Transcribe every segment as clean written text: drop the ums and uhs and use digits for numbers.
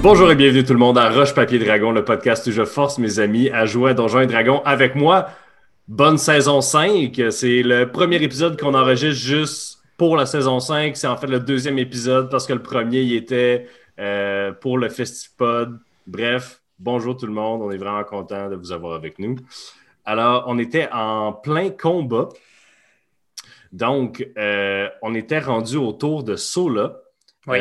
Bonjour et bienvenue tout le monde à Roche Papier Dragon, le podcast où je force mes amis à jouer à Donjons et Dragons avec moi. Bonne saison 5, c'est le premier épisode qu'on enregistre juste pour la saison 5. C'est en fait le deuxième épisode parce que le premier il était pour le Festivpod. Bref, bonjour tout le monde, on est vraiment content de vous avoir avec nous. Alors, on était en plein combat. Donc, on était rendu autour de Sola. Oui.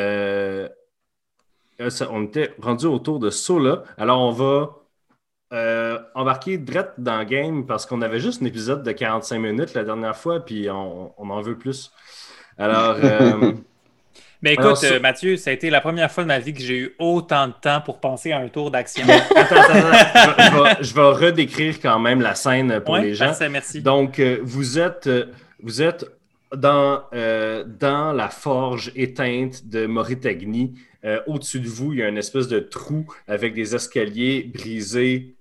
On était rendu autour de Sola. Alors, on va embarquer direct dans le game parce qu'on avait juste un épisode de 45 minutes la dernière fois, puis on en veut plus. Alors, Mais écoute, alors, Mathieu, ça a été la première fois de ma vie que j'ai eu autant de temps pour penser à un tour d'action. attends. Je vais redécrire quand même la scène pour les gens. Parfait, merci. Donc, vous êtes dans la forge éteinte de Moritagni. Au-dessus de vous, il y a une espèce de trou avec des escaliers brisés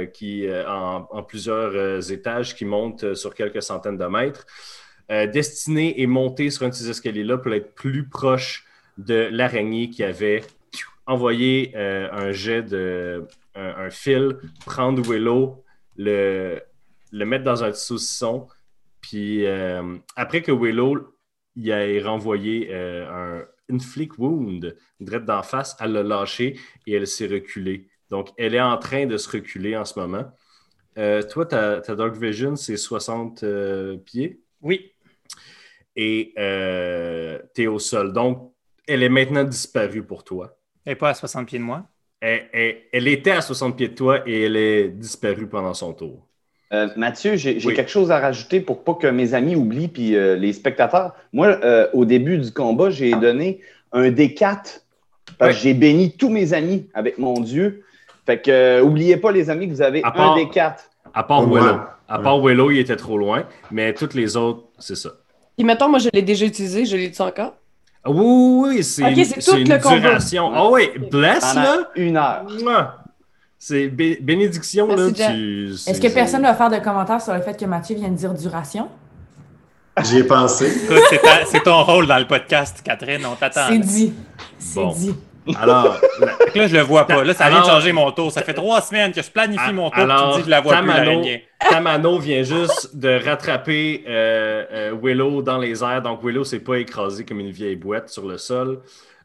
en plusieurs étages qui montent sur quelques centaines de mètres. Destiné et monté sur un de ces escaliers-là pour être plus proche de l'araignée qui avait envoyé un jet un fil, prendre Willow, le mettre dans un petit saucisson. Puis après que Willow il a renvoyé une flick wound direct d'en face, elle l'a lâché et elle s'est reculée. Donc, elle est en train de se reculer en ce moment. Toi, ta Dark Vision, c'est 60 pieds. Oui. Et tu es au sol. Donc, elle est maintenant disparue pour toi. Elle n'est pas à 60 pieds de moi. Elle était à 60 pieds de toi et elle est disparue pendant son tour. Mathieu, j'ai Oui. quelque chose à rajouter pour pas que mes amis oublient, puis les spectateurs. Moi, au début du combat, j'ai donné un D4 parce que j'ai béni tous mes amis avec mon Dieu. Fait que, oubliez pas, les amis, que vous avez un D4. À part Willow. À part Willow, il était trop loin, mais toutes les autres, c'est ça. Puis mettons, moi, je l'ai déjà utilisé, je l'ai-tu encore? Ah oui, c'est Ok, c'est tout une le combat. duration. Ah oui, bless, Pendant là. 1 heure. Mouah. C'est bénédiction, Merci, là. Jeff. Est-ce que personne va faire de commentaires sur le fait que Mathieu vient de dire duration? J'y ai pensé. Écoute, c'est ton rôle dans le podcast, Catherine. On t'attend. C'est là. dit. C'est Bon. dit. Alors, Fait que là, je le vois pas. Là, ça vient de Alors- changer mon tour. Ça fait 3 semaines que je planifie mon tour. Tu alors me dis que je la vois plus, l'araignée. Tamano vient juste de rattraper Willow dans les airs. Donc, Willow s'est pas écrasée comme une vieille boîte sur le sol.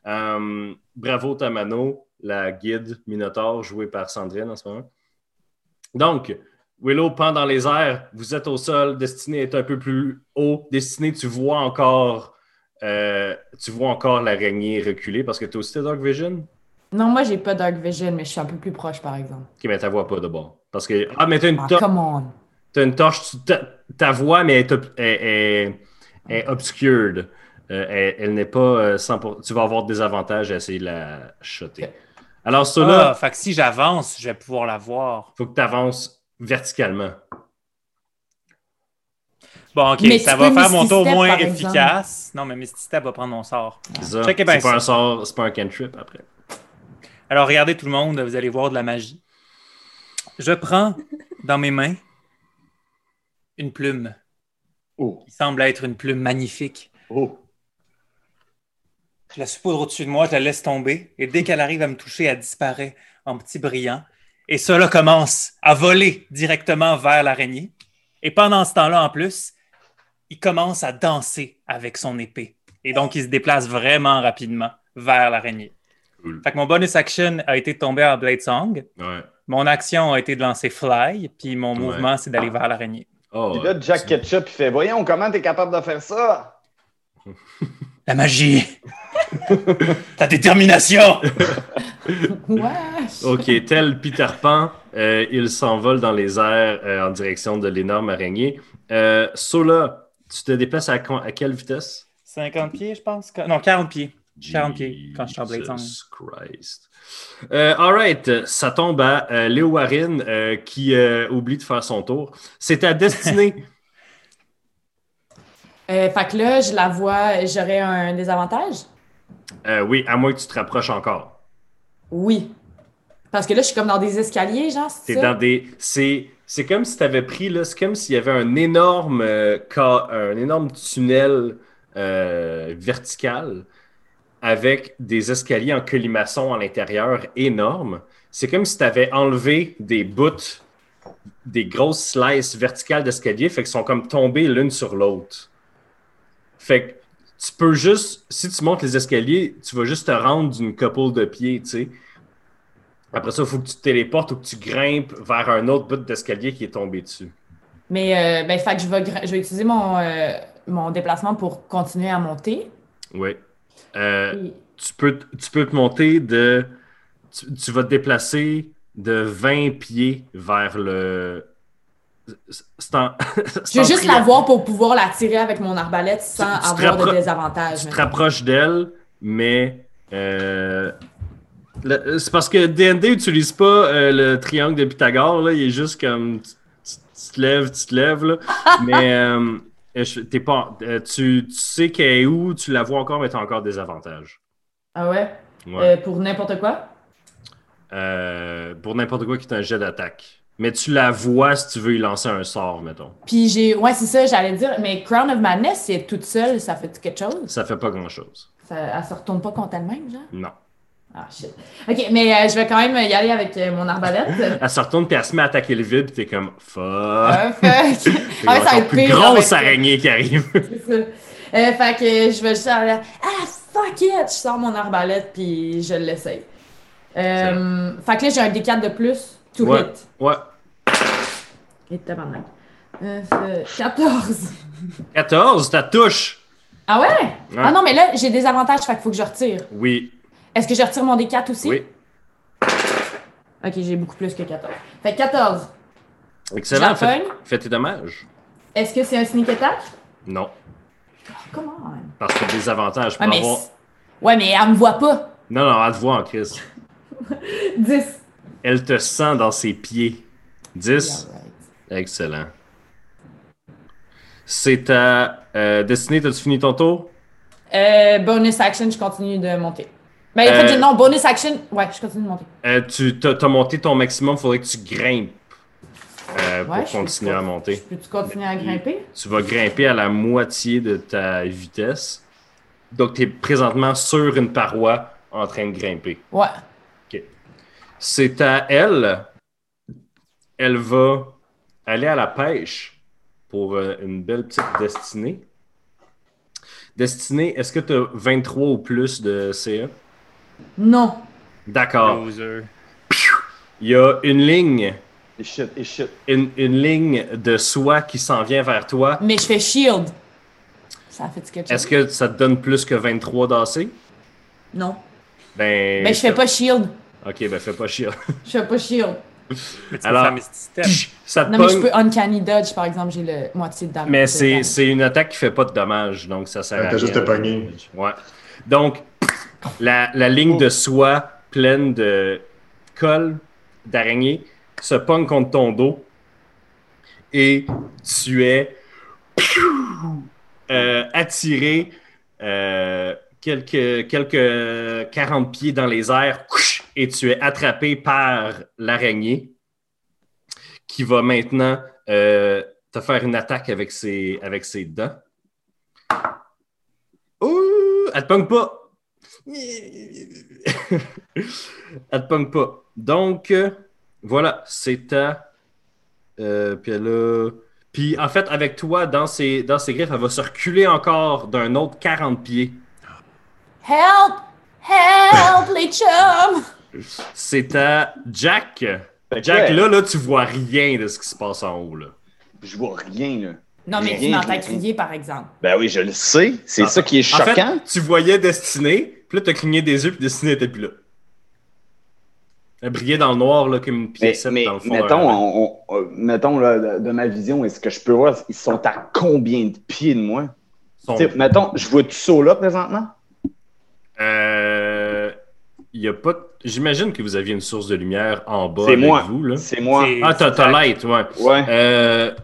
Bravo, Tamano, la guide Minotaur jouée par Sandrine en ce moment. Donc, Willow pend dans les airs. Vous êtes au sol. Destiné est un peu plus haut. Destiné, tu vois encore l'araignée reculer parce que tu as aussi ta Dark Vision. Non, moi, j'ai pas Dark Vision, mais je suis un peu plus proche, par exemple. Ok, mais tu vois pas de bord. Parce que. Ah, mais tu as une Ah, torche. come on. T'as une torche, ta voix, mais elle est obscured. Elle n'est pas 100%. Tu vas avoir des avantages à essayer de la shotter. Alors, cela, Fait que si j'avance, je vais pouvoir la voir. il faut que tu avances verticalement. Bon, OK, Mais ça tu va peux faire mon tour Misty Step, moins par exemple. efficace. Non, mais Misty Step va prendre mon sort. C'est ça. Checkez bien C'est pas ça. un sort, c'est pas un cantrip après. Alors, regardez tout le monde, vous allez voir de la magie. Je prends dans mes mains une plume Oh, qui semble être une plume magnifique. oh. Je la saupoudre au-dessus de moi, je la laisse tomber, et dès qu'elle arrive à me toucher, elle disparaît en petits brillants. Et cela commence à voler directement vers l'araignée. Et pendant ce temps-là, en plus, il commence à danser avec son épée. Et donc, il se déplace vraiment rapidement vers l'araignée. Cool. Fait que mon bonus action a été de tomber en Blade Song. Ouais. Mon action a été de lancer Fly, puis mon mouvement, c'est d'aller vers l'araignée. Oh, Puis là, Jack Ketchup, il fait « Voyons, comment t'es capable de faire ça? La magie! Ta détermination! Wesh! OK, tel Peter Pan, il s'envole dans les airs en direction de l'énorme araignée. Sola, tu te déplaces à quelle vitesse? 50 pieds, je pense. Non, 40 pieds. 40 pieds quand je suis en Blade Song. Jesus Christ. All right, ça tombe à Léo Warren qui oublie de faire son tour. C'est ta destinée. Fait que là, je la vois, j'aurais un désavantage? Oui, à moins que tu te rapproches encore. Oui. Parce que là, je suis comme dans des escaliers, genre, c'est T'es ça? dans des. C'est comme si tu avais pris, là, c'est comme s'il y avait un énorme tunnel vertical avec des escaliers en colimaçon à l'intérieur énormes. C'est comme si tu avais enlevé des bouts, des grosses slices verticales d'escalier, fait qu'ils sont comme tombés l'une sur l'autre. Fait que tu peux juste, si tu montes les escaliers, tu vas juste te rendre d'une couple de pieds, tu sais. Après ça, il faut que tu te téléportes ou que tu grimpes vers un autre bout d'escalier qui est tombé dessus. Mais, fait que je vais utiliser mon déplacement pour continuer à monter. Oui. Et- Tu peux te monter de... Tu vas te déplacer de 20 pieds vers le... Je veux juste la voir pour pouvoir la tirer avec mon arbalète sans Tu te avoir de désavantage. Tu te rapproches d'elle, mais... c'est parce que D&D n'utilise pas le triangle de Pythagore. Là. Il est juste comme... Tu te lèves, là. Mais t'es pas, tu sais qu'elle est où, tu la vois encore, mais tu as encore des avantages. Ah ouais? Ouais. Pour n'importe quoi? Pour n'importe quoi qui est un jet d'attaque. Mais tu la vois si tu veux y lancer un sort, mettons. Puis ouais, c'est ça, j'allais dire. Mais Crown of Madness, c'est toute seule, ça fait quelque chose? Ça fait pas grand-chose. Elle se retourne pas contre elle-même, genre? Non. Ah, shit. Ok, mais je vais quand même y aller avec mon arbalète. Elle se retourne puis elle se met à attaquer le vide puis t'es comme fuck. Fuck. Ah, ça va être plus pire grosse avec- araignée qui arrive. C'est ça. Fait que je vais juste aller. Ah, fuck it! Je sors mon arbalète puis je l'essaye. Fait que là, j'ai un D4 de plus. To Ouais. hit. Ouais. Et tabarnak. 14. 14, ta touche. Ah ouais? Ah non, mais là, j'ai des avantages, fait qu'il faut que je retire. Oui. Est-ce que je retire mon D4 aussi? Oui. Ok, j'ai beaucoup plus que 14. Fait que 14. Excellent. J'en pogne. Fais tes dommages. Est-ce que c'est un sneak attack? Non. Oh, come on. Parce que des avantages pour Ouais, mais, avoir. ouais, mais elle me voit pas. Non, non, elle te voit en crise. 10. Elle te sent dans ses pieds. 10. Yeah, right. Excellent. C'est ta destinée. T'as-tu fini ton tour? Bonus action, je continue de monter. Ben, en fait, non, bonus action. Ouais, je continue de monter. Tu t'as monté ton maximum. Il faudrait que tu grimpes Ouais, pour continuer à monter. Peux-tu continuer à grimper? Tu vas grimper à la moitié de ta vitesse. Donc, tu es présentement sur une paroi en train de grimper. Ouais. OK. C'est à elle. Elle va aller à la pêche pour une belle petite destinée. Destinée, est-ce que tu as 23 ou plus de CA? Non. D'accord. Loser. Il y a une ligne, Et shit. une ligne de soie qui s'en vient vers toi. Mais je fais shield. Ça a fait quelque chose? Est-ce que ça te donne plus que 23 d'AC? Non. Ben, Mais je fais pas shield. Ok, ben fais pas chier. Je fais pas shield. Mais tu peux Alors, faire Mystic Step. Ça te Non, mais je pogne, peux uncanny dodge, par exemple, j'ai le moitié de damage. mais c'est une attaque qui fait pas de dommages, donc ça sert à T'as rien. juste te pogner. Ouais. Donc, la ligne de soie pleine de colle d'araignée se pogne contre ton dos et tu es attiré quelques 40 pieds dans les airs et tu es attrapé par l'araignée qui va maintenant te faire une attaque avec ses dents. Ouh, elle te pogne pas. Elle te pogne pas. Donc, voilà, c'est ta... puis elle a... Puis, en fait, avec toi, dans ses griffes, elle va se reculer encore d'un autre 40 pieds. Help! Help, les chums! C'est à Jack. Fait que, Jack, là, tu vois rien de ce qui se passe en haut, là. Je vois rien, là. Non, mais tu Rien, m'entends rien. crier, par exemple. Ben oui, je le sais. C'est ça qui est En choquant. fait, tu voyais Destinée, puis là, t'as cligné des yeux, puis Destinée était plus là. Elle brillait dans le noir, là, comme une piécette Mais dans le fond. mettons là, de ma vision, est-ce que je peux voir, ils sont à combien de pieds de moi? Son- Tu sais, mettons, je vois tout ça là présentement? Il y a pas... J'imagine que vous aviez une source de lumière en bas C'est avec moi. vous, là. C'est moi. C'est- Ah, t'as light, ouais. Ouais.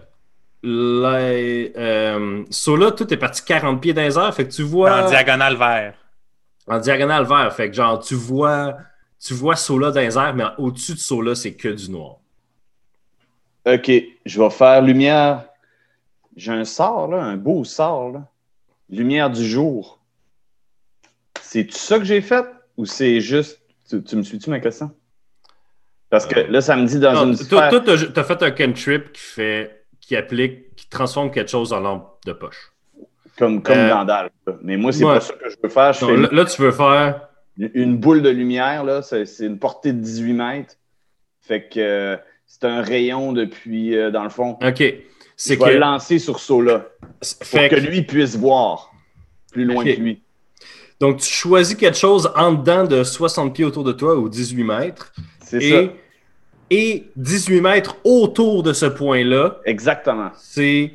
Sola, tout est parti 40 pieds dans les airs, fait que tu vois... En diagonale vert. En diagonale vert, fait que genre, tu vois Sola dans les airs, mais au-dessus de Sola, c'est que du noir. OK, je vais faire lumière. J'ai un sort, là, un beau sort, là. Lumière du jour. C'est ça que j'ai fait ou c'est juste. Tu me suis-tu ma question? Parce que là, ça me dit dans une sphère... Toi, t'as fait un cantrip qui transforme quelque chose en lampe de poche. Comme Gandalf. Mais moi, c'est pas ça que je veux faire. Là, tu veux faire... Une boule de lumière, là, c'est une portée de 18 mètres. Fait que c'est un rayon depuis, dans le fond. OK. Je vais le lancer sur Sola. Pour que lui puisse voir plus loin que lui. Donc, tu choisis quelque chose en dedans de 60 pieds autour de toi ou 18 mètres. C'est ça. Et 18 mètres autour de ce point-là. Exactement. C'est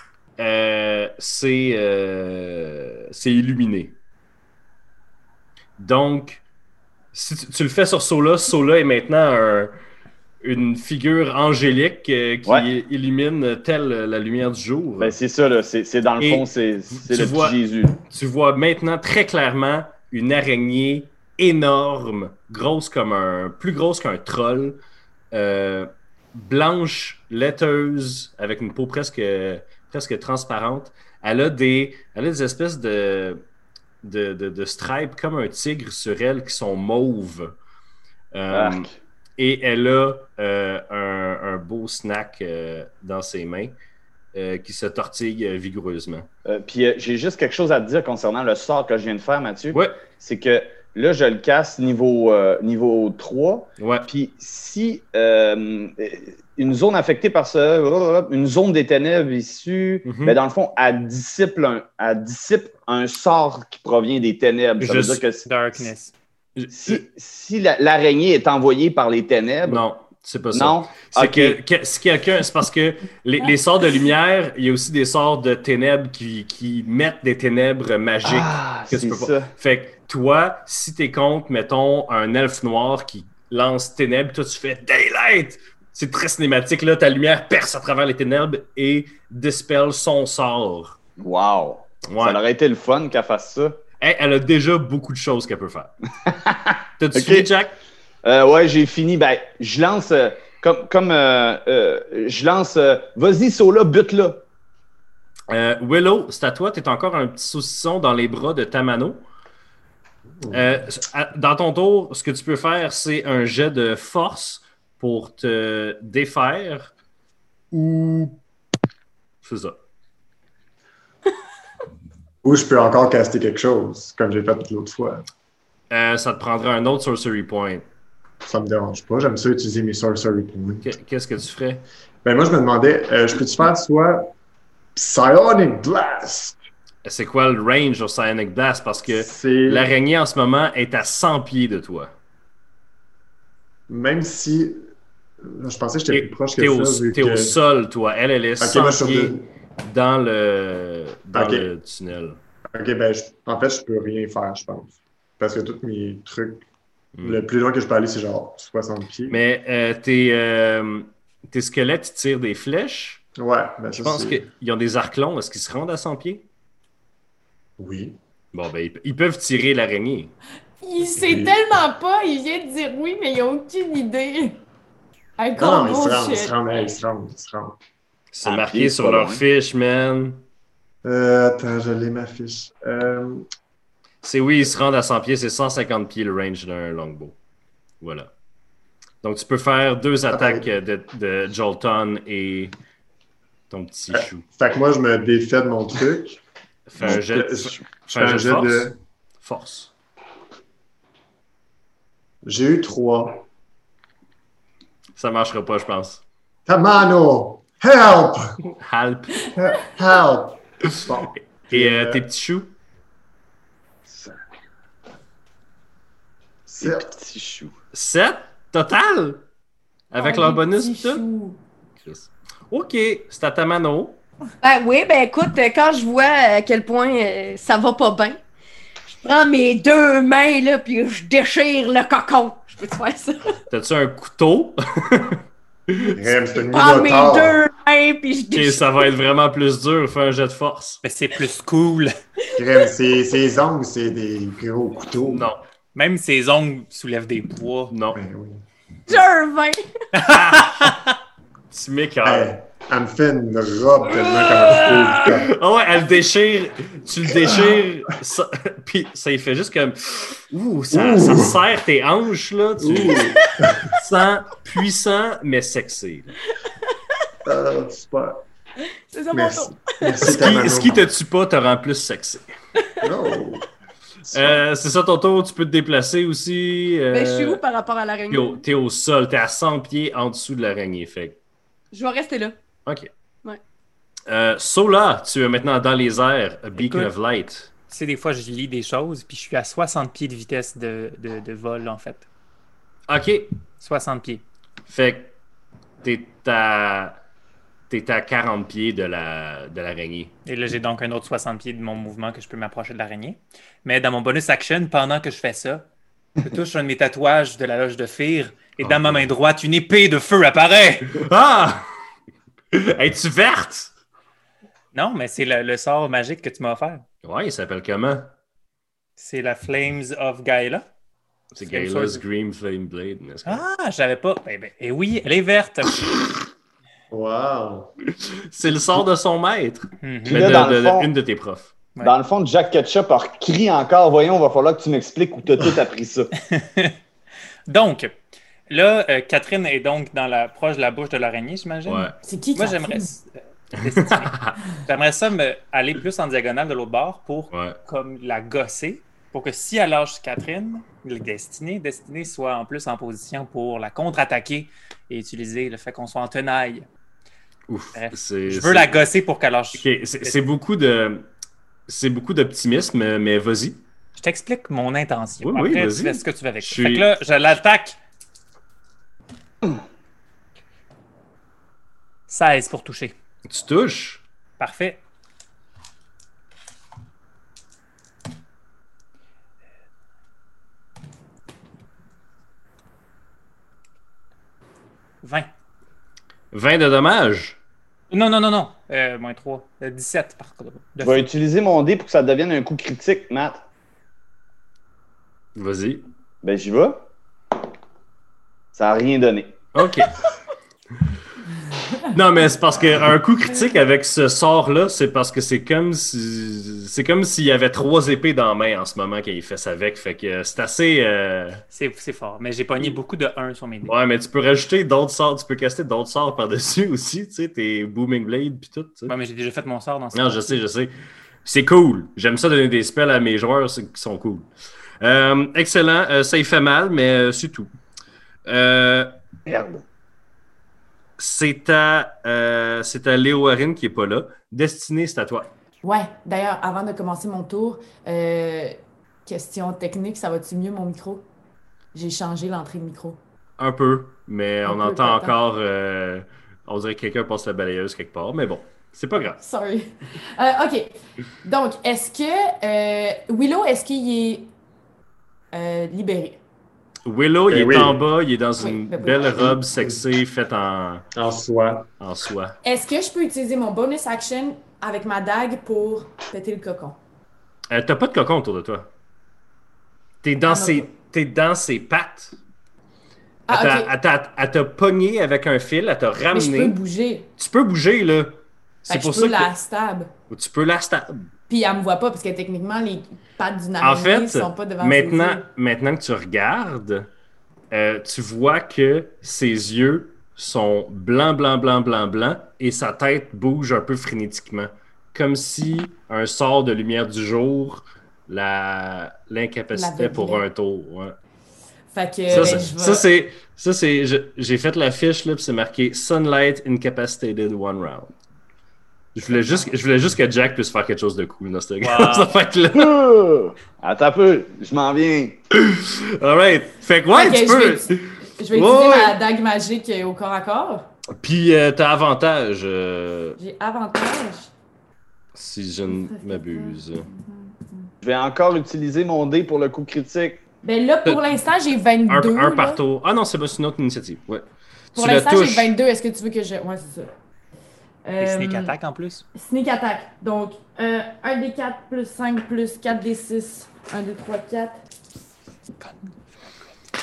illuminé. Donc, si tu le fais sur Sola, Sola est maintenant une figure angélique qui illumine telle la lumière du jour. Ben, c'est ça, là. C'est dans le fond, c'est le petit Jésus. Tu vois maintenant très clairement une araignée énorme, plus grosse qu'un troll, blanche, laiteuse, avec une peau presque transparente. Elle a des espèces de stripes comme un tigre sur elle qui sont mauves. Et elle a un beau snack dans ses mains qui se tortille vigoureusement. Puis j'ai juste quelque chose à te dire concernant le sort que je viens de faire, Mathieu. Ouais. C'est que là, je le casse niveau 3. Ouais. Puis si une zone affectée par une zone des ténèbres issue, ben dans le fond, elle dissipe un sort qui provient des ténèbres. Ça veut dire que Darkness. Si l'araignée est envoyée par les ténèbres... Non, c'est pas ça. Non? C'est parce que les sorts de lumière, il y a aussi des sorts de ténèbres qui mettent des ténèbres magiques. Que tu peux pas. Fait que toi, si t'es contre, mettons, un elfe noir qui lance ténèbres, toi tu fais Daylight! C'est très cinématique, là, ta lumière perce à travers les ténèbres et dispelle son sort. Wow! Ouais. Ça aurait été le fun qu'elle fasse ça. Elle a déjà beaucoup de choses qu'elle peut faire. T'as-tu fini, Jack? Ouais, j'ai fini. Ben, je lance je lance vas-y, Sola, bute-là. Willow, c'est à toi. T'es encore un petit saucisson dans les bras de Tamano. Dans ton tour, ce que tu peux faire, c'est un jet de force pour te défaire ou... C'est ça. Ou je peux encore caster quelque chose, comme j'ai fait l'autre fois. Ça te prendra un autre Sorcery Point. Ça me dérange pas. J'aime ça utiliser mes Sorcery Points. Qu'est-ce que tu ferais? Ben moi, je me demandais, je peux-tu faire soit Psionic Blast? C'est quoi le range au Psionic Blast? Parce que l'araignée, en ce moment, est à 100 pieds de toi. Même si... Je pensais que j'étais plus proche que ça. T'es au sol, toi. Elle est 100 pieds dans le tunnel. Ok, ben en fait, je peux rien faire, je pense. Parce que tous mes trucs, le plus loin que je peux aller, c'est genre 60 pieds. Mais tes squelettes tirent des flèches. Ouais, ben je pense qu'ils ont des arcs longs. Est-ce qu'ils se rendent à 100 pieds? Oui. Bon, ben, ils peuvent tirer l'araignée. Il sait tellement pas. Il vient de dire oui, mais il a aucune idée. Non, ils se rendent. C'est marqué sur leur fiche, man. Attends, je l'ai ma fiche. C'est oui, ils se rendent à 100 pieds. C'est 150 pieds le range d'un longbow. Voilà. Donc, tu peux faire 2 attaques de Jolton et ton petit chou. Fait que moi, je me défais de mon truc. Fais un jet de force. J'ai eu 3. Ça marchera pas, je pense. Tamano! Help! Help! Bon. Et tes petits choux? 7 petits choux. 7? Total? Avec leur bonus et tout? OK, c'est à Tamano. Oui, écoute, quand je vois à quel point ça va pas bien, je prends mes 2 mains, là, puis je déchire le cocon. Je peux te faire ça? T'as-tu un couteau? Je prends mes 2 mains, puis je déchire. OK, ça va être vraiment plus dur. Fais un jet de force. Mais c'est plus cool. Ses ongles, c'est des gros couteaux. Non. Même ses ongles soulèvent des poids. Non. Ben oui. J'ai un 20. Tu m'écœures. Elle me fait une robe tellement comme un pauvre. Ah ouais, elle le déchire, tu le déchires, puis ça il fait juste comme ça serre tes hanches là, tu sens puissant mais sexy. Super. C'est ça mon Merci. tour. Merci, Ce qui te tue pas te rend plus sexy. Oh. C'est ça ton tour, tu peux te déplacer aussi. Ben, je suis où par rapport à l'araignée? T'es au sol, t'es à 100 pieds en dessous de l'araignée, fait. Je vais rester là. Ok. Ouais. Sola, tu es maintenant dans les airs, a beacon Écoute. of light. Tu sais, des fois, je lis des choses, puis je suis à 60 pieds de vitesse de vol, en fait. Ok. 60 pieds. Fait que t'es à 40 pieds de l'araignée. Et là, j'ai donc un autre 60 pieds de mon mouvement que je peux m'approcher de l'araignée. Mais dans mon bonus action, pendant que je fais ça, je touche un de mes tatouages de la loge de Fear, et dans ma main droite, une épée de feu apparaît! Ah! Es-tu verte? Non, mais c'est le sort magique que tu m'as offert. Ouais, il s'appelle comment? C'est la Flames of Gaela. C'est Flame Gaila's Sword. Green Flame Blade, n'est-ce pas? Ah, je savais pas. Et oui, elle est verte. Wow. C'est le sort de son maître. Mhm. Puis là, dans le fond- une de tes profs. Ouais. Dans le fond, Jack Ketchup a crié encore. Voyons, va falloir que tu m'expliques où t'as tout appris ça. Donc, là, Catherine est donc proche de la bouche de l'araignée, j'imagine. Ouais. C'est qui Moi, Catherine? Destinée. J'aimerais ça aller plus en diagonale de l'autre bord pour Ouais. comme la gosser, pour que si elle lâche Catherine, Destinée soit en plus en position pour la contre-attaquer et utiliser le fait qu'on soit en tenaille. Ouf. Bref, C'est- Je veux c'est- la gosser pour qu'elle lâche. Ok, c'est beaucoup de. C'est beaucoup d'optimisme, mais vas-y. Je t'explique mon intention. Oui, oui, Après, vas-y. tu fais ce que tu veux avec ça. Je suis- Fait que là, je l'attaque. 16 pour toucher. Tu touches. Parfait. « 20. 20 de dommages. Non. Moins 3. 17 par contre. Je vais utiliser mon dé pour que ça devienne un coup critique, Matt. Vas-y. Ben, j'y vais. Ça n'a rien donné. OK. Non, mais c'est parce qu'un coup critique avec ce sort-là, c'est parce que c'est comme s'il y avait 3 épées dans la main en ce moment qu'il fait ça avec. Fait que c'est assez. C'est fort. Mais j'ai pogné beaucoup de 1 sur mes dés. Ouais, mais tu peux rajouter d'autres sorts, tu peux caster d'autres sorts par-dessus aussi, tu sais, tes Booming Blade pis tout, tu sais. Ouais, mais j'ai déjà fait mon sort dans ce Non, je sais. C'est cool. J'aime ça donner des spells à mes joueurs qui sont cool. Excellent. Ça y fait mal, mais c'est tout. Merde. C'est à Léo Harin qui est pas là. Destinée, c'est à toi. Ouais, d'ailleurs, avant de commencer mon tour, question technique, ça va-tu mieux mon micro? J'ai changé l'entrée de micro. Un peu, mais Un on peu, entend peut-être. encore. On dirait que quelqu'un passe la balayeuse quelque part, mais bon, c'est pas grave. Sorry. OK. Donc, est-ce que Willow, est-ce qu'il est libéré? Willow, il Ben est oui. en bas, il est dans Oui, une ben oui. belle robe sexy faite en En soi. soie. Est-ce que je peux utiliser mon bonus action avec ma dague pour péter le cocon? T'as pas de cocon autour de toi. T'es dans, Ah, t'es dans ses pattes. Ah, OK. Elle t'a pogné avec un fil, elle t'a Mais je ramené. peux bouger. Tu peux bouger, là. Fait C'est que pour je ça peux la que stab. tu peux la stab. Puis elle me voit pas parce que techniquement, les pattes d'une En araignée fait, sont pas devant ses maintenant, yeux. maintenant que tu regardes, tu vois que ses yeux sont blancs, et sa tête bouge un peu frénétiquement. Comme si un sort de lumière du jour l'incapacitait pour L'aveuglait. un tour. Ouais. Fait que Ça, ben, j'ai fait la fiche, là, puis c'est marqué Sunlight Incapacitated One Round. Je voulais juste que Jack puisse faire quelque chose de cool dans cette fête-là. Attends un peu, je m'en viens. Alright. Fait que ouais, Ok, tu je peux. vais utiliser Ouais. ma dague magique au corps à corps. Puis t'as avantage, J'ai avantage. si je ne m'abuse. Je vais encore utiliser mon dé pour le coup critique. Ben là, pour l'instant, j'ai 22. Un là. par tour. Ah non, c'est une autre initiative. Ouais. Pour Tu la l'instant, j'ai touches. 22. Est-ce que tu veux que je... Ouais, c'est ça. Et sneak attack en plus. Sneak attack. Donc, 1 des 4 plus 5 plus 4 des 6. 1, 2, 3, 4.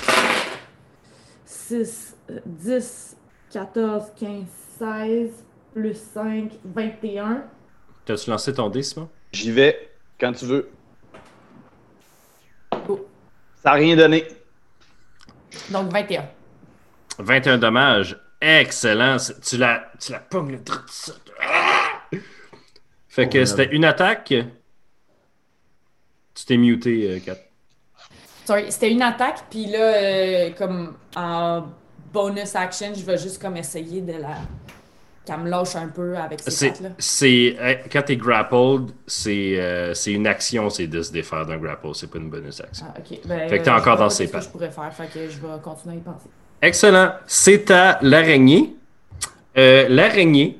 6, 10, 14, 15, 16. plus 5, 21. T'as-tu lancé ton dé, Simon? J'y vais quand tu veux. Go. Ça n'a rien donné. Donc 21. 21 dommages. Excellent. Tu la pognes le truc. Fait que c'était une attaque. Tu t'es muté, Kat. Sorry, c'était une attaque, puis là, comme en bonus action, je vais juste comme essayer de la... qu'elle me lâche un peu avec ces pattes-là. Quand t'es grappled, c'est une action, c'est de se défaire d'un grapple. C'est pas une bonus action. Ah, ok. Ben, Fait que t'es encore dans ses pattes. pattes. Ce que je pourrais faire, fait que je vais continuer à y penser. Excellent. C'est à l'araignée. L'araignée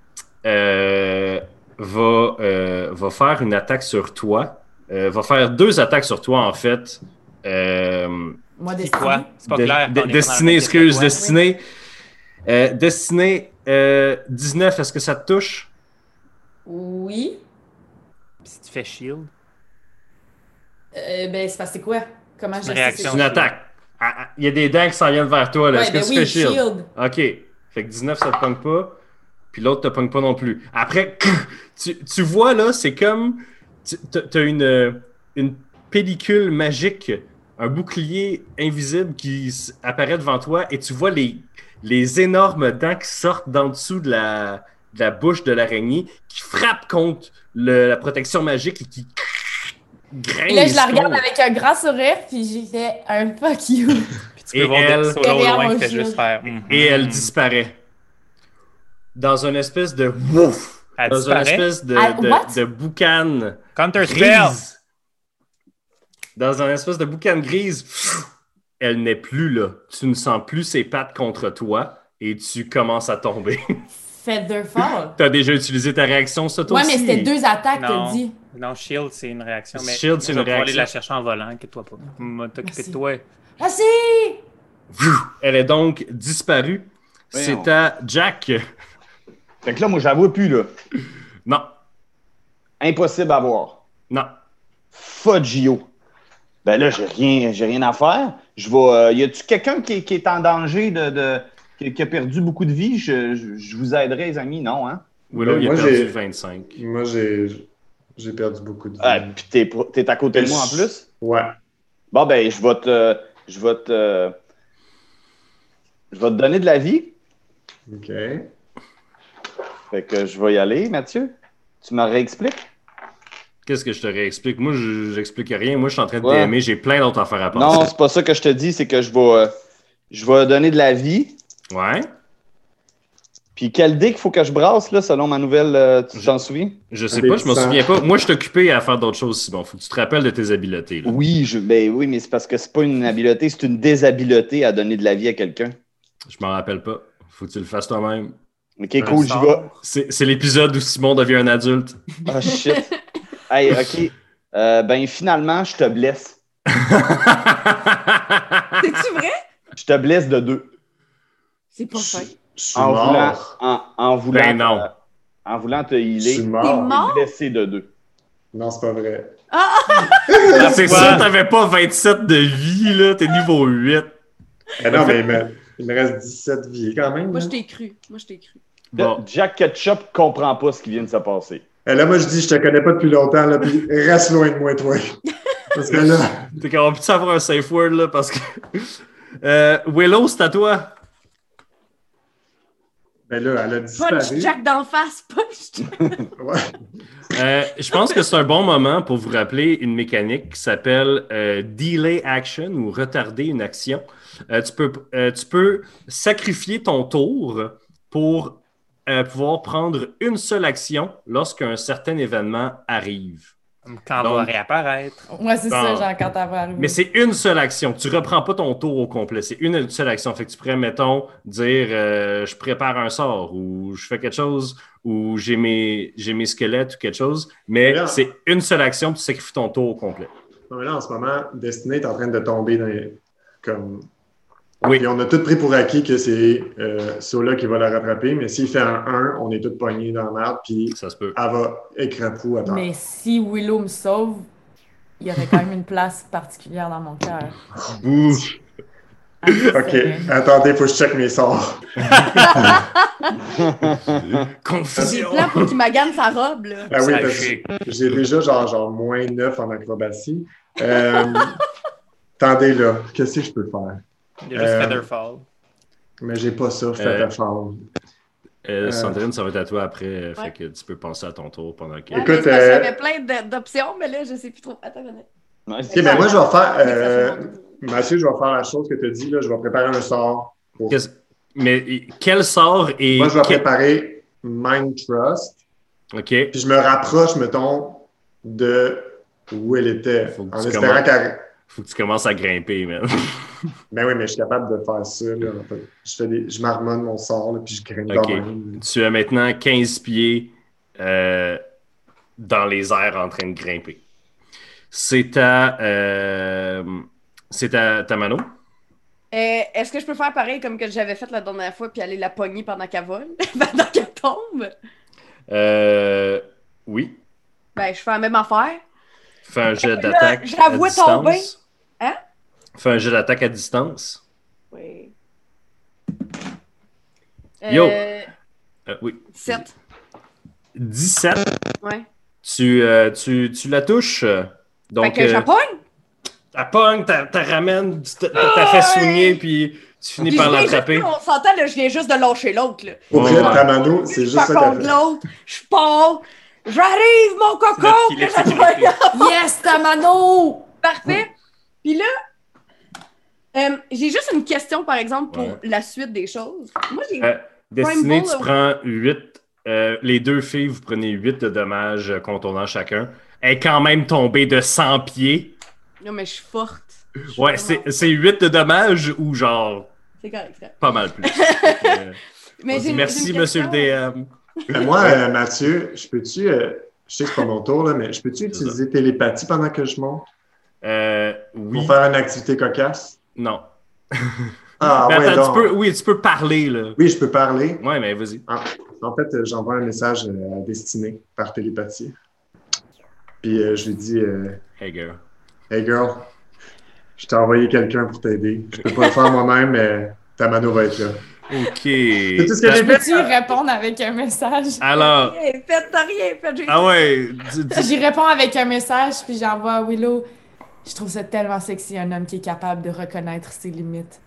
va faire une attaque sur toi. Va faire 2 attaques sur toi, en fait. Moi, C'est quoi? C'est pas clair. Destinée, excuse, Destinée. Destinée, 19, est-ce que ça te touche? Oui. Si tu fais shield. Ben, c'est parce que c'est quoi? Comment je sais réaction. C'est une attaque. Il y a des dents qui s'en viennent vers toi. Là. Ouais, Est-ce que ben tu oui, fais shield? shield. OK. Fait que 19, ça te pogne pas. Puis l'autre te pogne pas non plus. Après, tu vois, là, c'est comme... T'as une pellicule magique, un bouclier invisible qui apparaît devant toi et tu vois les énormes dents qui sortent d'en dessous de la bouche de l'araignée qui frappent contre la protection magique et qui grincent. Et là, je la regarde contre. avec un grand sourire, puis j'ai fait un fuck you. Puis tu peux Et voir elle- Solo au Derrière loin mon qui fait shield. juste faire. Et elle disparaît. Dans une espèce de wouf. Elle Dans une disparaît? espèce What? de boucane Counter spell! grise. Dans une espèce de boucane grise. Elle n'est plus là. Tu ne sens plus ses pattes contre toi et tu commences à tomber. Featherfall. Tu as déjà utilisé ta réaction, ça, toi Ouais, mais aussi? c'était 2 attaques, t'as Non. dit. Non, shield, c'est une réaction. Mais Shield, c'est je vais une pouvoir aller réaction. la chercher en volant, inquiète-toi pas. M'a t'occuper Merci. de toi. Ah, si! Elle est donc disparue. Voyons. C'est à Jack. Fait que là, moi, j'avoue plus, là. Non, Impossible à voir. non. Fudgio. Ben là, j'ai rien à faire. Je vais. Y a-tu quelqu'un qui est en danger qui a perdu beaucoup de vie? Je vous aiderai, les amis, non, hein? Willow, il a Moi, perdu j'ai- 25. Moi, j'ai perdu beaucoup de vie. Ah, puis t'es à côté de moi en plus? Ouais. Bon, ben, je vais te donner de la vie. OK. Fait que je vais y aller, Mathieu. Tu me réexpliques? Qu'est-ce que je te réexplique? Moi, j'explique rien. Moi, je suis en train de Ouais. DMer. J'ai plein d'autres affaires à penser. Non, c'est pas ça que je te dis. C'est que je vais donner de la vie. Ouais. Puis quel dé qu'il faut que je brasse, là, selon ma nouvelle... tu t'en souviens? Je sais pas, je me souviens pas. Moi, je suis occupé à faire d'autres choses, Simon. Faut que tu te rappelles de tes habiletés. Là. Oui, oui, mais c'est parce que c'est pas une habileté, c'est une déshabileté à donner de la vie à quelqu'un. Je m'en rappelle pas. Faut que tu le fasses toi-même. Ok, cool, j'y vais. C'est l'épisode où Simon devient un adulte. Ah, shit. Hey, ok. Ben, finalement, je te blesse. C'est-tu vrai? Je te blesse de 2. C'est pas fin. Je suis En voulant, mort. en voulant, Ben non. en voulant te Je healer, suis T'es mort. mort? blessé de 2. Non, c'est pas vrai. C'est sûr, t'avais pas 27 de vie, là. T'es niveau 8. Eh non, mais il me reste 17 vies quand même. Moi, là. je t'ai cru. Bon. Jack Ketchup comprend pas ce qui vient de se passer. Et là, moi, je dis, je te connais pas depuis longtemps, là, puis reste loin de moi, toi. Parce que là, T'es qu'on va plus avoir un safe word, là, parce que... Willow, c'est à toi. ben là, elle a disparu. Punch Jack d'en face. Punch Jack. Ouais. Je pense que c'est un bon moment pour vous rappeler une mécanique qui s'appelle Delay Action ou retarder une action. Tu peux sacrifier ton tour pour pouvoir prendre une seule action lorsqu'un certain événement arrive. Quand on va réapparaître. Ouais, c'est Bon. ça, genre, quand t'as arrivé. Mais c'est une seule action. Tu reprends pas ton tour au complet. C'est une seule action. Fait que tu pourrais, mettons, dire je prépare un sort ou je fais quelque chose ou j'ai mes squelettes ou quelque chose. Mais Bien. c'est une seule action puis tu sacrifies ton tour au complet. Non, mais là, en ce moment, Destiny est en train de tomber dans les... comme... Oui. Et on a tout pris pour acquis que c'est Sola qui va la rattraper, mais s'il fait un 1, on est tous pognés dans la merde, puis Ça se peut. elle va écrapou à terre. Mais si Willow me sauve, il y aurait quand même une place particulière dans mon cœur. Ouh. Ok, attendez, faut que je check mes sorts. Des Confusion. plans pour qu'il magane sa robe, là. Ah oui, Ça parce chic. que j'ai déjà genre moins 9 en acrobatie. Attendez là, qu'est-ce que je peux faire? Il y a juste Euh, Featherfall. Mais j'ai pas ça, Featherfall. Sandrine, ça va être à toi après, fait que tu peux penser à ton tour pendant que... Ouais, Écoute, mais c'est parce que j'avais plein d'options, mais là, je sais plus trop. Attends, venez. Ouais, Ok, ben moi, je vais faire... Oui, Mathieu, je vais faire la chose que tu as dit, là, je vais préparer un sort. Mais quel sort et... Moi, je vais préparer Mind Trust, OK. puis je me rapproche, mettons, de où elle était, Faut que en tu espérant commences. qu'elle... Faut que tu commences à grimper, man. Ben oui, mais je suis capable de faire ça, là. En fait. Je marmonne mon sort, là, puis je grimpe OK. dans même. Tu as maintenant 15 pieds dans les airs en train de grimper. C'est ta mano? Est-ce que je peux faire pareil comme que j'avais fait la dernière fois puis aller la pogner pendant qu'elle vole? Pendant qu'elle tombe? Oui. Ben, je fais la même affaire. Fais un jet d'attaque je la à vois distance. tomber. Hein? Fais un jet d'attaque à distance. Oui. Yo! Oui. 17. 17. Ouais. Tu la touches. Donc, Fait que je la pogne. ta pogne, t'as ramènes, t'as fait soigner, puis tu finis Puis par je viens l'attraper. juste- On s'entend, là, je viens juste de lâcher l'autre, là. Pour Ouais, vrai, ouais. ta mano, c'est Je juste pars ça qu'elle contre fait. l'autre, je pars, j'arrive, mon coco! Notre filet de puis je sécurité. dois- Yes, Tamano! Parfait. Puis là, j'ai juste une question, par exemple, pour Ouais. la suite des choses. Moi, j'ai... Destinée, Prime tu prends 8. Les deux filles, vous prenez 8 de dommages contournant chacun. Elle est quand même tombée de 100 pieds. Non, mais je suis forte. Je suis Ouais, vraiment c'est 8 de dommages ou genre C'est correct, c'est correct. pas mal plus. Donc, Mais on j'ai dit une- merci, j'ai une monsieur le question. DM. Mais moi, Mathieu, je peux-tu... je sais que c'est pas mon tour, là, mais je peux-tu utiliser télépathie pendant que je monte Oui. pour faire une activité cocasse? Non. Ah, Mais ouais, attends, donc. tu peux parler, là. Oui, je peux parler. Ouais, mais vas-y. Ah, en fait, j'envoie un message à Destinée par télépathie. Puis je lui dis Hey, girl. Hey girl, je t'ai envoyé quelqu'un pour t'aider. Je peux pas le faire moi-même, mais ta mano va être là. OK. C'est tout ce que j'ai fait. Peux-tu répondre avec un message? Alors, T'as rien fait, j'ai... ah ouais, J'y réponds avec un message, puis j'envoie à Willow. Je trouve ça tellement sexy, un homme qui est capable de reconnaître ses limites.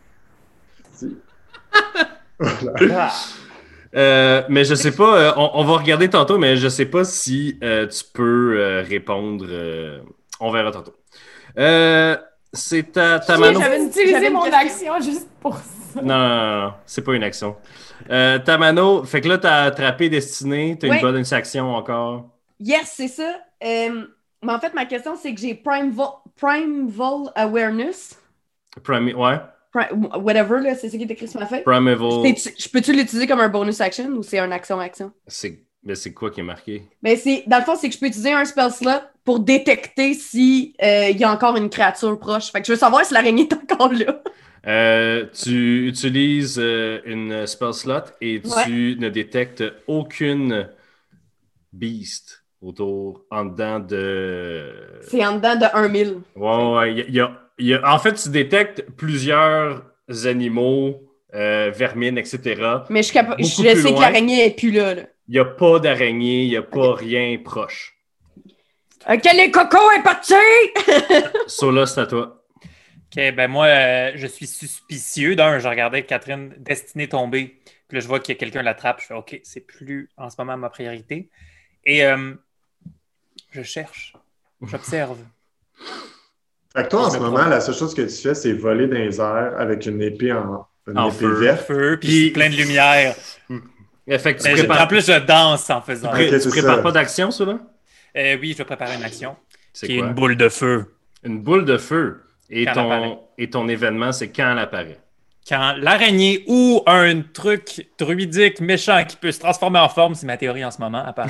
Voilà. mais je sais pas, on va regarder tantôt, mais je sais pas si tu peux répondre. On verra tantôt. C'est ta mano. J'avais j'avais utilisé une mon question. action juste pour ça. Non, c'est pas une action. Ta mano, fait que là, t'as attrapé Destinée, t'as Ouais. une bonus action encore. Yes, c'est ça. Mais en fait, ma question, c'est que j'ai Primeval Awareness. Ouais, Whatever, là, c'est ce qui est écrit sur ma feuille. Primeval. Je peux-tu l'utiliser comme un bonus action ou c'est un action-action? Mais c'est quoi qui est marqué? Ben, dans le fond, c'est que je peux utiliser un spell slot pour détecter si il y a encore une créature proche. Fait que je veux savoir si l'araignée est encore là. Tu utilises une spell slot et tu ne détectes aucune beast autour, en dedans de... C'est en dedans de 1000. Ouais. En fait, tu détectes plusieurs animaux, vermines, etc. Mais je Beaucoup sais plus que loin. l'araignée est plus là. Il n'y a pas d'araignée, il n'y a pas rien proche. OK, les cocos est parti! Là, c'est à toi. OK, ben moi, je suis suspicieux. D'un, je regardais Catherine Destinée tomber. Puis là, je vois qu'il y a quelqu'un qui l'attrape. Je fais OK, c'est plus en ce moment ma priorité. Et je cherche. J'observe. Fait que toi, en Je ce me moment, promène. la seule chose que tu fais, c'est voler dans les airs avec une épée En épée feu. verte. Feu, puis plein de lumière. Fait que tu Mais prépares, en plus, je danse en faisant. Ok, tu c'est prépares ça. pas d'action, cela? Oui, je vais préparer une action. C'est qui est quoi? une boule de feu. Une boule de feu. Et Quand elle apparaît. ton événement, c'est quand elle apparaît. Quand l'araignée ou un truc druidique méchant qui peut se transformer en forme, c'est ma théorie en ce moment, apparaît.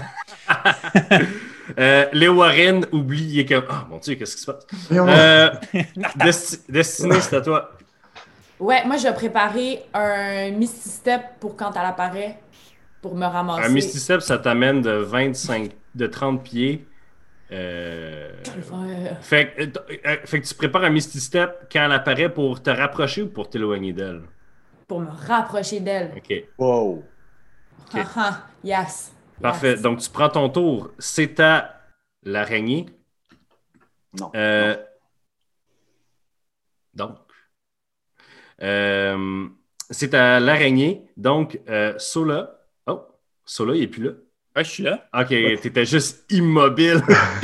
Léo Warren oublie, il est comme... Oh mon Dieu, qu'est-ce qui se passe? Voyons. Destinée, c'est à toi. Ouais, moi, je vais préparer un Misty Step pour quand elle apparaît, pour me ramasser. Un Misty Step, ça t'amène de 30 pieds Fait que tu prépares un Misty Step quand elle apparaît pour te rapprocher ou pour t'éloigner d'elle? Pour me rapprocher d'elle. OK. Wow. Ok. Haha, yes. Parfait. Yes. Donc, tu prends ton tour. C'est à l'araignée. Non. Donc. C'est à l'araignée. Donc, Sola. Oh, Sola, il n'est plus là. Ah, je suis là. OK, t'étais juste immobile.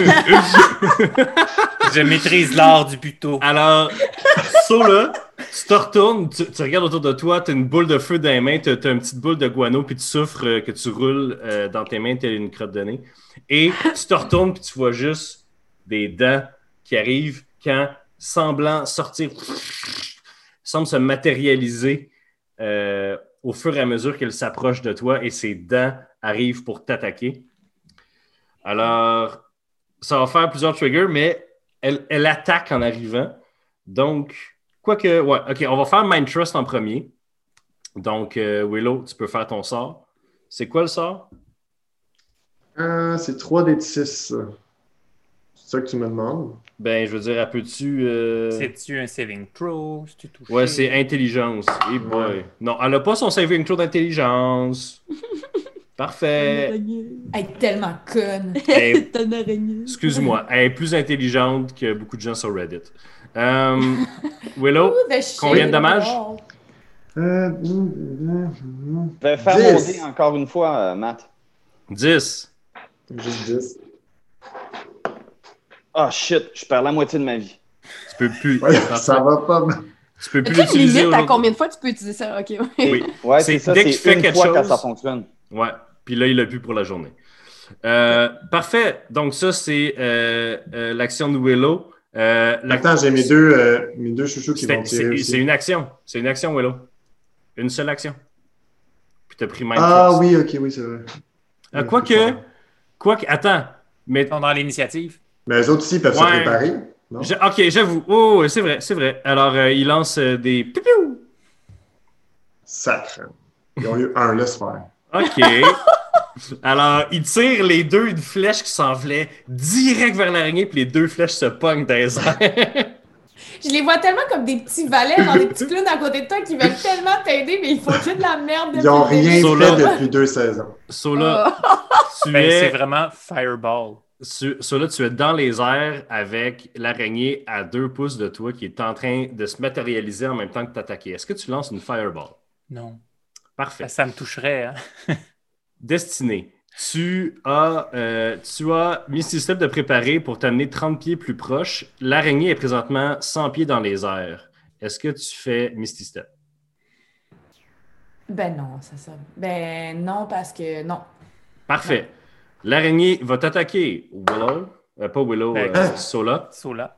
Je maîtrise l'art du buto. Alors, Sola, tu te retournes, tu regardes autour de toi, tu as une boule de feu dans les mains, tu as une petite boule de guano, puis tu souffres que tu roules dans tes mains, telle une crotte de nez. Et tu te retournes, puis tu vois juste des dents qui arrivent quand, semblant sortir, semble se matérialiser au fur et à mesure qu'elle s'approche de toi, et ses dents arrivent pour t'attaquer. Alors, ça va faire plusieurs triggers, mais elle attaque en arrivant. Donc, quoique, ouais, OK, on va faire Mind Trust en premier. Donc, Willow, tu peux faire ton sort. C'est quoi le sort? C'est 3d6. C'est ça que tu me demandes? Ben, je veux dire, peux-tu... C'est-tu un saving throw? Si tu touches? Ouais, c'est intelligence. Eh boy. Ouais. Non, elle n'a pas son saving throw d'intelligence. Parfait. Elle est tellement conne. Elle- T'as une araignée. Excuse-moi, elle est plus intelligente que beaucoup de gens sur Reddit. Willow, Ooh, the shit. combien de dommages? Je vais faire 10. mon dé encore une fois, Matt. 10. Juste 10. Ah, shit, je perds la moitié de ma vie. Tu peux plus. Ouais, ça va pas. Tu peux plus Quelle l'utiliser limite à aujourd'hui. combien de fois tu peux utiliser ça? Ok, ouais. Oui. Ouais, C'est c'est ça, dès que c'est tu fais une quelque fois chose- quand ça fonctionne. Ouais. Puis là, il l'a plus pour la journée. Parfait. Donc, ça, c'est l'action de Willow. Attends, j'ai mes deux chouchous qui vont tirer C'est aussi. une action. C'est une action, Willow. Une seule action. Puis t'as pris Mind Ah Trust. oui, ok, oui, c'est vrai. Quoique, attends. Mais, Ils sont dans l'initiative. Mais eux autres aussi peuvent se Ouais. préparer. Non? OK, j'avoue. Oh, c'est vrai, c'est vrai. Alors, il lance des piou-piou. Sacre. Ils ont eu un, laisse faire. OK. Alors, il tire les deux une flèche qui s'envolait direct vers l'araignée, puis les deux flèches se pognent dans les airs. Je les vois tellement comme des petits valets, genre des petits clowns à côté de toi qui veulent tellement t'aider, mais ils font que de la merde. Ils n'ont rien Sola. fait depuis 2 saisons. Sola, tu Ben, c'est es... vraiment Fireball. Sola, tu es dans les airs avec l'araignée à 2 pouces de toi qui est en train de se matérialiser en même temps que t'attaquer. Est-ce que tu lances une fireball? Non. Parfait. Ça me toucherait, hein? Destinée. Tu as Misty Step de préparer pour t'amener 30 pieds plus proche. L'araignée est présentement 100 pieds dans les airs. Est-ce que tu fais Misty Step? Ben non, c'est ça. Ben non, parce que non. Parfait. L'araignée va t'attaquer. Willow. Pas Willow, Sola. Sola.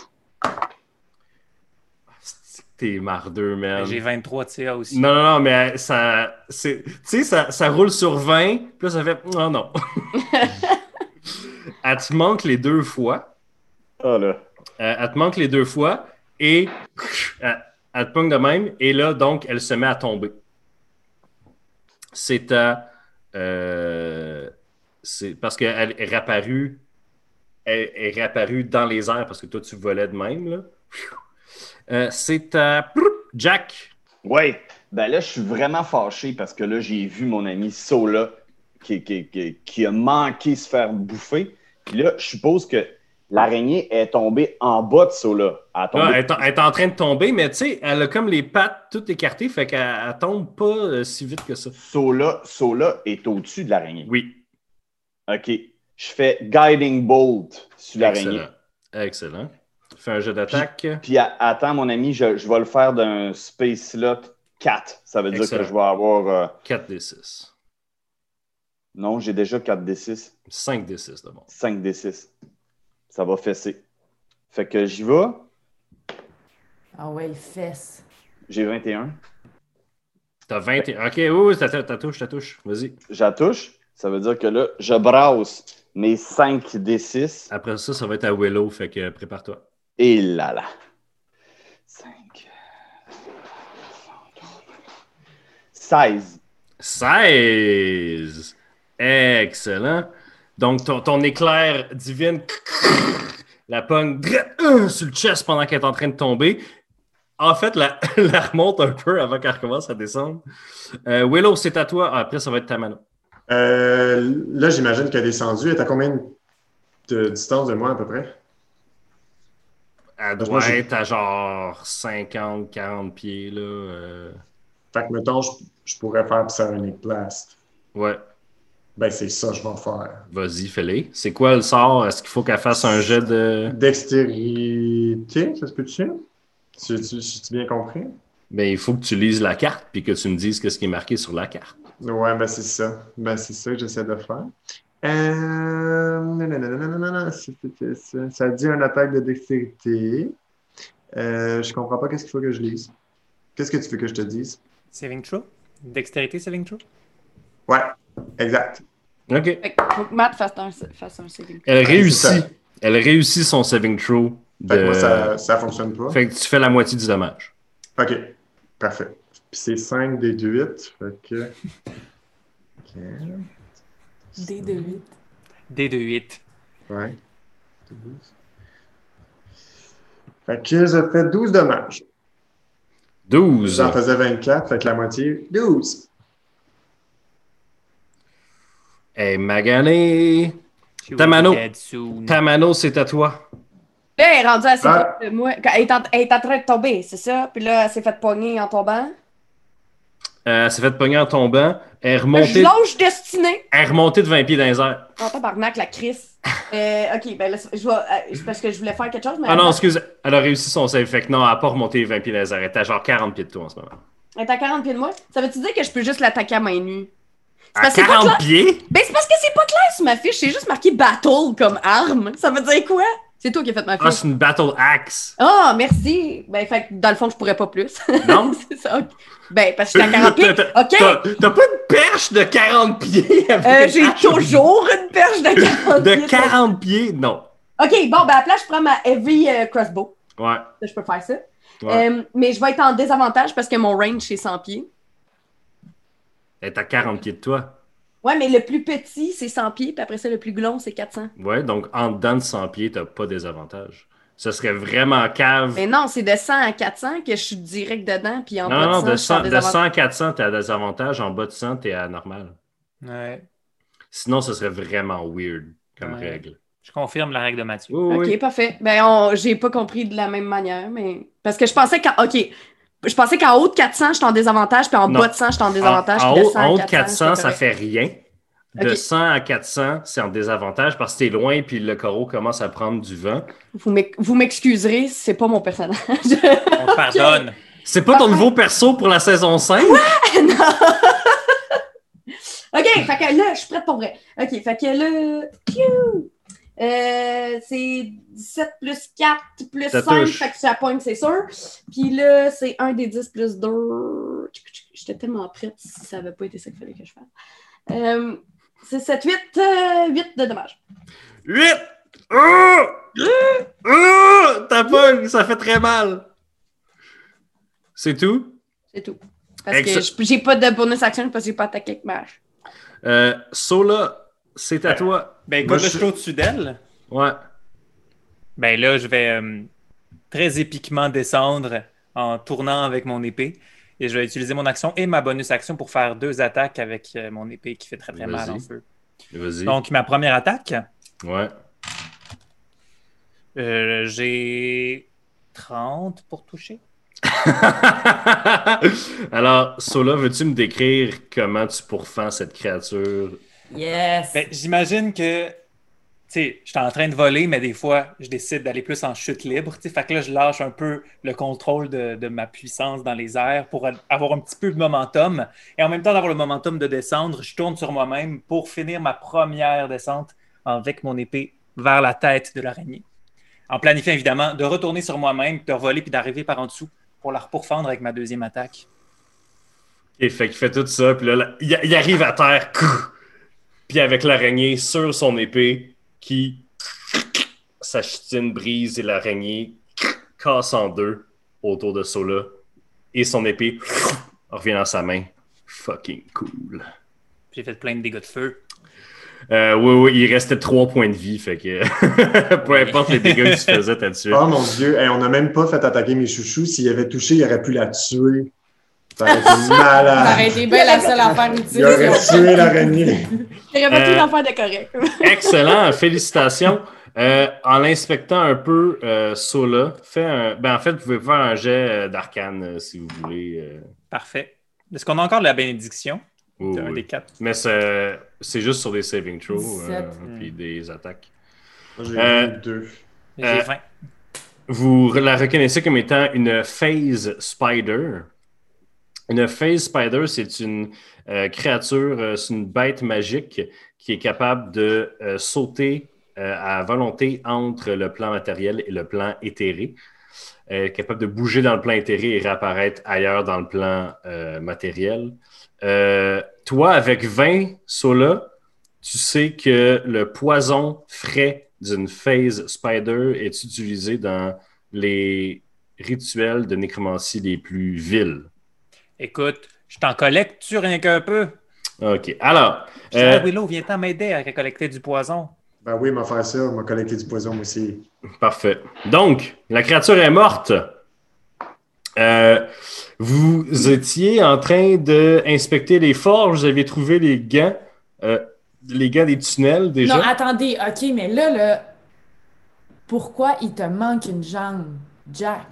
T'es mardeux, man. J'ai 23 tirs aussi. Non, mais ça. Tu sais, ça roule sur 20, puis là, ça fait. Oh non. Elle te manque les 2 fois. Ah là. Elle te manque les 2 fois, et elle te pogne de même, et là, donc, elle se met à tomber. C'est à. C'est parce qu'elle est réapparue. Elle est réapparue dans les airs parce que toi, tu volais de même, là. C'est à Jack. Ouais. Ben là, je suis vraiment fâché parce que là, j'ai vu mon ami Sola qui a manqué se faire bouffer. Puis là, je suppose que l'araignée est tombée en bas de Sola. Elle est en train de tomber, mais tu sais, elle a comme les pattes toutes écartées, fait qu'elle tombe pas si vite que ça. Sola est au-dessus de l'araignée. Oui. OK. Je fais Guiding Bolt sur l'araignée. Excellent. Fais un jeu d'attaque. Puis attends, mon ami, je vais le faire d'un Space Slot 4. Ça veut dire Excellent. que je vais avoir... 4d6. Non, j'ai déjà 4d6. 5d6 d'abord. 5d6. Ça va fesser. Fait que j'y vais. Ah ouais, fesse. J'ai 21. T'as 21. OK, oui, ta touche. Vas-y. J'attouche. Ça veut dire que là, je brasse mes 5d6. Après ça, ça va être à Willow, fait que prépare-toi. Et là là. 5. 16. 16! Excellent. Donc, ton éclair divine la pogne sur le chest pendant qu'elle est en train de tomber. En fait, la remonte un peu avant qu'elle recommence à descendre. Willow, c'est à toi. Après, ça va être Tamano. Là, j'imagine qu'elle est descendue. Elle est à combien de distance de moi, à peu près? Elle Parce que doit moi, être à genre 50, 40 pieds, là. Fait que, mettons, je pourrais faire Psionic Blast. Ouais, Ben, c'est ça, je vais faire. vas-y, fais-le. C'est quoi le sort? Est-ce qu'il faut qu'elle fasse un jet de... Dextérité, ça se peut-tu? J'ai-tu bien compris? Ben, il faut que tu lises la carte puis que tu me dises ce qui est marqué sur la carte. Ouais, ben c'est ça. Ben, c'est ça que j'essaie de faire. Ça dit une attaque de dextérité. Je comprends pas qu'est-ce qu'il faut que je lise. Qu'est-ce que tu veux que je te dise? Saving throw? Dextérité, saving throw? Ouais, exact. OK. Fait que faut que Matt fasse un saving. Elle c'est réussit. ça. Elle réussit son saving throw. Fait que De... moi, ça fonctionne pas. Fait que tu fais la moitié du dommage. OK, parfait. Puis c'est 5 des 8. Fait que... OK. D de 8. D de 8. Ouais. 12. Fait que ça fait 12 dommages. 12. J'en faisais 24, fait que la moitié, 12. Hey, Magané. She will Tamano. be dead soon. Tamano, c'est à toi. Là, elle est rendue assez Ah. vite de moi. Elle est en train de tomber, c'est ça? Puis là, elle s'est fait pogner en tombant. Elle s'est fait pogner en tombant. Elle est Je remontée, longe destinée. elle est remontée de 20 pieds dans les airs. Oh, tabarnak, la crise. OK, ben là, c'est parce que je voulais faire quelque chose, mais... Ah non, excuse. Elle a réussi son save. Fait que non, elle n'a pas remonté 20 pieds dans les airs. Elle est à genre 40 pieds de toi en ce moment. Elle est à 40 pieds de moi. Ça veut-tu dire que je peux juste l'attaquer à main nue? À parce que c'est pas 40 pieds? Ben, c'est parce que c'est pas clair sur ma fiche. C'est juste marqué battle comme arme. Ça veut dire quoi? C'est toi qui as fait ma Ah, fiche. c'est une battle axe. Ah, merci. Ben, fait que dans le fond, je pourrais pas plus. Non? C'est ça. OK. Ben, parce que je suis à 40 pieds. OK. T'as pas une perche de 40 pieds? avec J'ai une hache? toujours une perche de 40 pieds. De 40 pieds? Non. OK, bon, ben, à la place, je prends ma heavy crossbow. Ouais. Ça, je peux faire ça. Ouais. Mais je vais être en désavantage parce que mon range, c'est 100 pieds. Elle est à 40 pieds de toi. Ouais, mais le plus petit, c'est 100 pieds, puis après ça, le plus long, c'est 400. Ouais, donc en dedans de 100 pieds, t'as pas des avantages. Ce serait vraiment cave. Mais non, c'est de 100 à 400 que je suis direct dedans, puis en bas Non, de 100, je suis en de 100 désavantage. à 400, t'es à désavantage. En bas de 100, t'es à normal. Ouais. Sinon, ce serait vraiment weird comme Ouais. règle. Je confirme la règle de Mathieu. Oui, OK, oui. parfait. Ben, j'ai pas compris de la même manière, mais... Parce que je pensais qu'en haut de 400, j'étais en désavantage, puis en Non. bas de 100, j'étais en désavantage. En puis de haut, 100 à en haut de 400, ça j'étais fait rien. De Ok. 100 à 400, c'est en désavantage parce que t'es loin puis le coraux commence à prendre du vent. correct. Vous m'excuserez, c'est pas mon personnage. On te pardonne. C'est pas ton nouveau perso pour la saison 5? Non. OK, fait que là, je suis prête pour vrai. OK, fait que là... c'est 17 plus 4 plus Ça 5, touche. fait que ça pointe, c'est sûr. Puis là, c'est 1 des 10 plus 2. J'étais tellement prête si ça avait pas été ça qu'il fallait que je fasse. C'est 7, 8, 8 de dommages. 8! T'as pas, ça fait très mal. C'est tout? C'est tout. Parce que Excellent. j'ai pas de bonus action parce que j'ai pas attaqué avec ma hache. Sola, c'est à toi. Ben, Moi, comme là, je- je suis au-dessus d'elle, Ouais. ben là, je vais très épiquement descendre en tournant avec mon épée. Et je vais utiliser mon action et ma bonus action pour faire 2 attaques avec mon épée qui fait très très mal Vas-y. en feu. Vas-y. Donc, ma première attaque, Ouais. j'ai 30 pour toucher. Alors, Sola, veux-tu me décrire comment tu pourfends cette créature? Yes! Ben, j'imagine que, tu sais, je suis en train de voler, mais des fois, je décide d'aller plus en chute libre. Tu sais, fait que là, je lâche un peu le contrôle de ma puissance dans les airs pour avoir un petit peu de momentum. Et en même temps d'avoir le momentum de descendre, je tourne sur moi-même pour finir ma première descente avec mon épée vers la tête de l'araignée. En planifiant évidemment de retourner sur moi-même, de revoler puis d'arriver par en dessous pour la pourfendre avec ma deuxième attaque. Et fait qu'il fait tout ça, puis là, il arrive à terre, puis avec l'araignée sur son épée, qui sa chutine brise et l'araignée casse en deux autour de Sola, et son épée revient dans sa main. Fucking cool. J'ai fait plein de dégâts de feu. Oui, il restait 3 points de vie, fait que peu importe les dégâts que tu faisais, t'as tué. Oh mon Dieu, hey, on n'a même pas fait attaquer mes chouchous. S'il avait touché, il aurait pu la tuer. Ça aurait été Ça malade. aurait été bien la seule affaire utile. Il aurait tué l'araignée. Il aurait pas pu l'en faire de correct. Excellent, félicitations. En l'inspectant un peu, Sola, en fait, vous pouvez faire un jet d'arcane si vous voulez. Parfait. Est-ce qu'on a encore de la bénédiction? Oui, Un oui. des 4. Mais c'est juste sur des saving throws 17. puis des attaques. Moi, j'ai eu 2. J'ai 20. Vous la reconnaissez comme étant une phase spider. Une phase spider, c'est une créature, c'est une bête magique qui est capable de sauter à volonté entre le plan matériel et le plan éthéré. Capable de bouger dans le plan éthéré et réapparaître ailleurs dans le plan matériel. Toi, avec 20, Sola, tu sais que le poison frais d'une phase spider est utilisé dans les rituels de nécromancie les plus vils. Écoute, je t'en collecte-tu rien qu'un peu? OK. Alors, Willow, viens-t'en m'aider à récollecter du poison. Ben oui, il m'a fait ça. Il m'a collecté du poison, moi aussi. parfait. Donc, la créature est morte. Vous étiez en train d'inspecter les forges. Vous aviez trouvé les gants des tunnels déjà. Non, attendez, ok, mais là, pourquoi il te manque une jambe, Jack?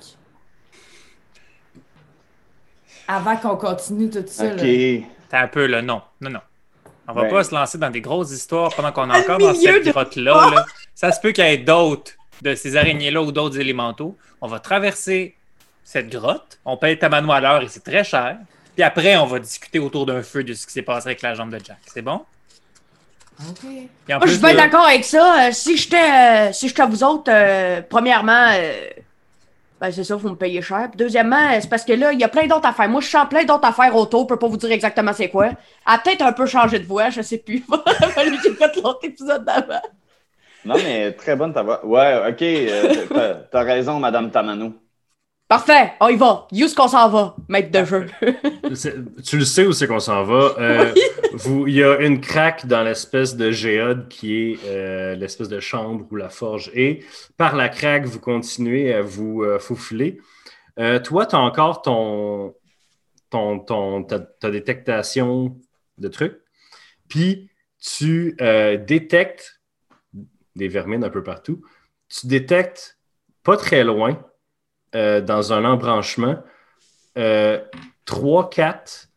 Avant qu'on continue tout ça, OK. là. T'as un peu, là. Non. On va Ben. pas se lancer dans des grosses histoires pendant qu'on Au est encore dans milieu cette de- grotte-là. Là. Ça se peut qu'il y ait d'autres de ces araignées-là ou d'autres élémentaux. On va traverser cette grotte. On paye ta mano à l'heure et c'est très cher. Puis après, on va discuter autour d'un feu de ce qui s'est passé avec la jambe de Jack. C'est bon? Ok. Puis en Moi, je suis plus, bien d'accord avec ça. Si j'étais à vous autres, premièrement, ben c'est ça, faut me payer cher. Puis deuxièmement, c'est parce que là, il y a plein d'autres affaires. Moi, je sens plein d'autres affaires autour. Je peux pas vous dire exactement c'est quoi. Elle a peut-être un peu changé de voix, je sais plus. J'ai fait l'autre épisode d'avant. Non, mais très bonne ta voix. Ouais, OK. T'as raison, Madame Tamano. Parfait, on y va. Use qu'on s'en va, maître de jeu. Tu le sais où c'est qu'on s'en va. Il y a une craque dans l'espèce de géode qui est l'espèce de chambre où la forge est. Par la craque, vous continuez à vous faufiler. Toi, tu as encore ta détectation de trucs. Puis, tu détectes des vermines un peu partout. Tu détectes pas très loin, dans un embranchement, 3-4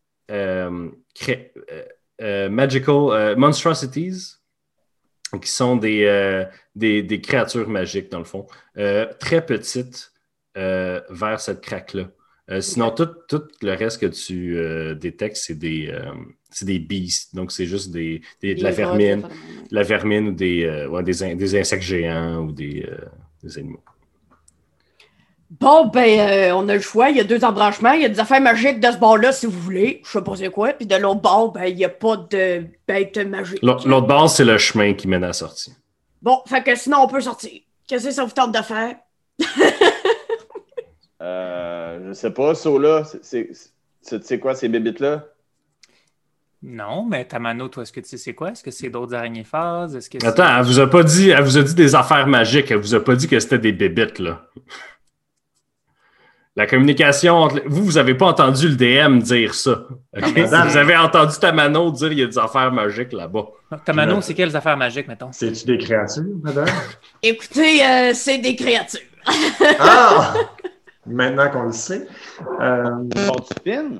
magical monstrosities qui sont des créatures magiques, dans le fond, très petites vers cette craque-là. Sinon, tout le reste que tu détectes, c'est des beasts. Donc, c'est juste de la vermine ou des insectes géants ou des animaux. Bon, ben, on a le choix. Il y a 2 embranchements. Il y a des affaires magiques de ce bord-là, si vous voulez. Je sais pas c'est quoi. Puis de l'autre bord, ben, il n'y a pas de bête magique. L'autre bord, c'est le chemin qui mène à la sortie. Bon, fait que sinon, on peut sortir. Qu'est-ce que ça vous tente de faire? Je sais pas, Sola, c'est quoi ces bébites-là? non, mais ta mano, toi, est-ce que tu sais c'est quoi? Est-ce que c'est d'autres araignées phases? Est-ce que c'est... Attends, elle vous a dit des affaires magiques. Elle vous a pas dit que c'était des bébites, là. La communication entre... Vous avez pas entendu le DM dire ça. ok? Vous avez entendu Tamano dire qu'il y a des affaires magiques là-bas. Ta mano, c'est quelles affaires magiques, mettons? C'est-tu des créatures, madame? Écoutez, c'est des créatures. Ah! Maintenant qu'on le sait. Sont-tu fines?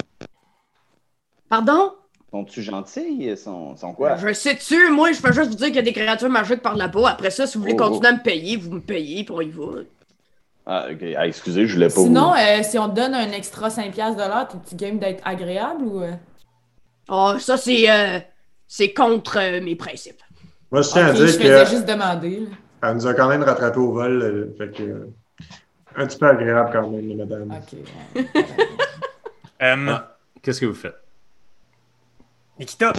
Pardon? Sont-tu gentilles? Sont quoi? Je sais-tu, moi, je peux juste vous dire qu'il y a des créatures magiques par là-bas. Après ça, si vous voulez Oh. continuer à me payer, vous me payez, puis on y va. Ah, OK. Ah, excusez, je voulais pas Sinon, vous... si on te donne un extra 5$ de l'heure, t'es-tu game d'être agréable ou... Oh, ça, c'est contre mes principes. Moi, je tiens à Ok, dire je faisais qu'elle juste demander. Là. nous a quand même rattrapé au vol. Fait que, un petit peu agréable quand même, madame. Ok. Ouais. Qu'est-ce que vous faites? Nikita,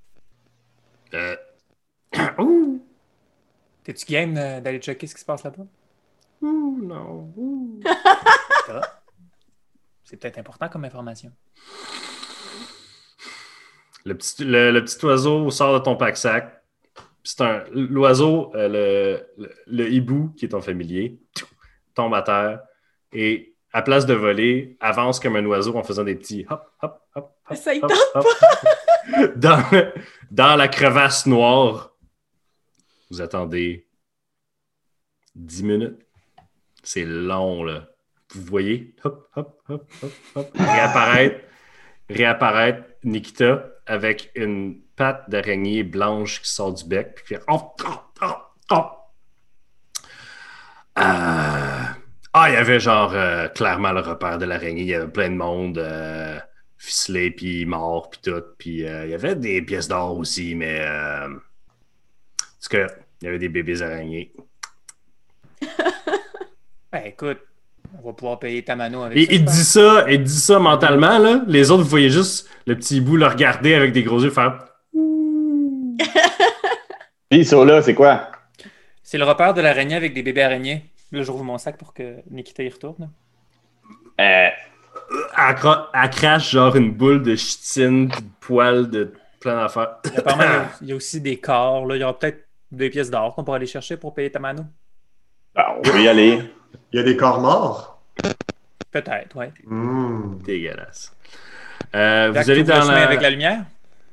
Ouh! t'es-tu game d'aller checker ce qui se passe là-bas? Ouh, non. Ouh. C'est peut-être important comme information. Le petit oiseau sort de ton pack-sac. L'oiseau, le hibou, qui est ton familier, tombe à terre et, à place de voler, avance comme un oiseau en faisant des petits hop, hop, hop, hop. Ça y hop, tente hop. Dans la crevasse noire, vous attendez 10 minutes. C'est long, là. Vous voyez, hop, hop, hop, hop, hop, réapparaître Nikita avec une patte d'araignée blanche qui sort du bec, puis qui fait hop, hop, hop, hop. Il y avait clairement le repère de l'araignée. Il y avait plein de monde ficelé, puis mort, puis tout. Puis il y avait des pièces d'or aussi, mais parce que il y avait des bébés araignées. Ben écoute, on va pouvoir payer Tamano avec Et ça. il dit ça mentalement, là. Les autres, vous voyez juste le petit hibou le regarder avec des gros yeux faire. Puis ça, là, c'est quoi? C'est le repère de l'araignée avec des bébés araignées. Là, je rouvre mon sac pour que Nikita y retourne. Elle crache genre une boule de chitine pis de poils de plein d'affaires. Apparemment, il y a aussi des corps. Là. Il y aura peut-être des pièces d'or qu'on pourra aller chercher pour payer Tamano. On peut y aller. Il y a des corps morts? Peut-être, oui. Dégueulasse. Vous Jack, allez t'ouvres le dans chemin avec la lumière?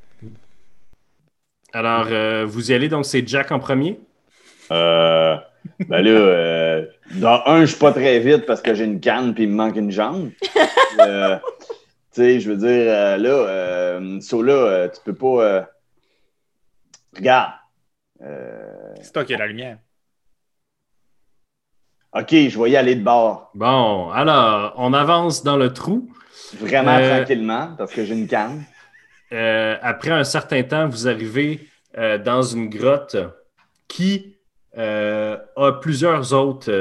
Alors, vous y allez, donc c'est Jack en premier? Ben là, dans un, je suis pas très vite parce que j'ai une canne puis il me manque une jambe. Tu sais, je veux dire, là, tu peux pas... regarde. C'est toi qui as la lumière. OK, je vais y aller de bord. Bon, alors, on avance dans le trou. Vraiment tranquillement parce que j'ai une canne. Après un certain temps, vous arrivez dans une grotte qui a plusieurs autres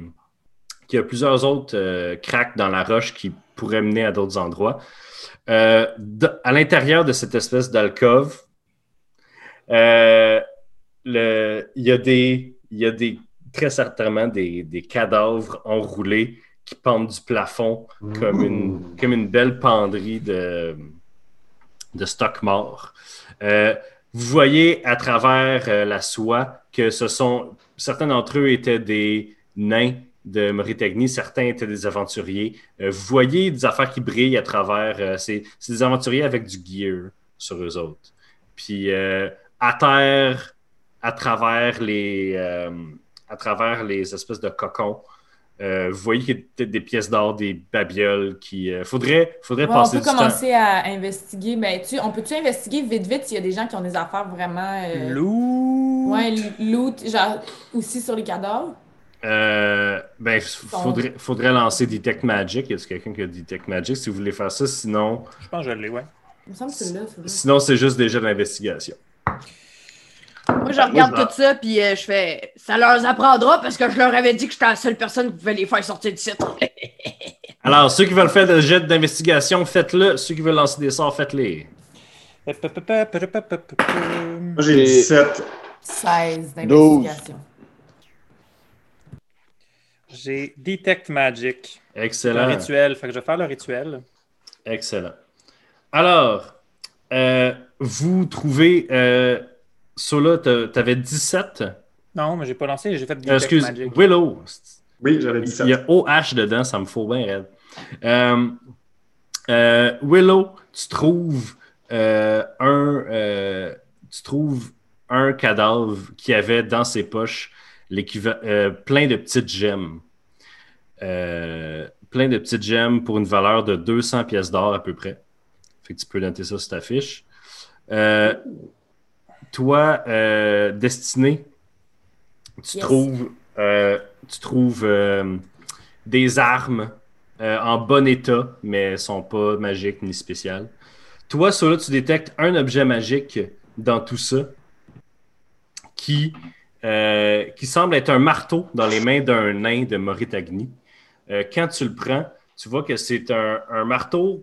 cracks dans la roche qui pourraient mener à d'autres endroits. À l'intérieur de cette espèce d'alcôve, il y a très certainement des cadavres enroulés qui pendent du plafond comme une belle penderie de stock mort. Vous voyez à travers la soie que certains d'entre eux étaient des nains de Mauritanie, certains étaient des aventuriers. Vous voyez des affaires qui brillent à travers. C'est des aventuriers avec du gear sur eux autres. Puis à terre, à travers les espèces de cocons, vous voyez qu'il y a peut-être des pièces d'or, des babioles qui... faudrait passer du temps. On peut commencer à investiguer. Ben, on peut-tu investiguer vite s'il y a des gens qui ont des affaires vraiment... Loot! Ouais, loot, genre aussi sur les cadavres? Faudrait lancer Detect Magic. Y a-t-il quelqu'un qui a Detect Magic si vous voulez faire ça? Sinon... Je pense que je l'ai, ouais. Il me semble que c'est là. Sinon, c'est juste des jeux d'investigation. Moi, je regarde tout ça, puis je fais... Ça leur apprendra, parce que je leur avais dit que j'étais la seule personne qui pouvait les faire sortir du site. Alors, ceux qui veulent faire des jets d'investigation, faites-le. Ceux qui veulent lancer des sorts, faites-les. Moi, j'ai 17. 16 d'investigation. J'ai Detect Magic. Excellent. Un rituel. Fait que je vais faire le rituel. Excellent. Alors, vous trouvez... Sola, t'avais 17? Non, mais j'ai pas lancé, j'ai fait Detect Magic. Willow. Oui, j'avais 17. Il y a OH dedans, ça me faut bien raide. Willow, tu trouves un cadavre qui avait dans ses poches plein de petites gemmes. Plein de petites gemmes pour une valeur de 200 pièces d'or à peu près. Fait que tu peux noter ça sur ta fiche. Toi, Destinée, tu trouves des armes en bon état, mais elles ne sont pas magiques ni spéciales. Toi, Sola, tu détectes un objet magique dans tout ça qui semble être un marteau dans les mains d'un nain de Mauritanie. Quand tu le prends, tu vois que c'est un marteau...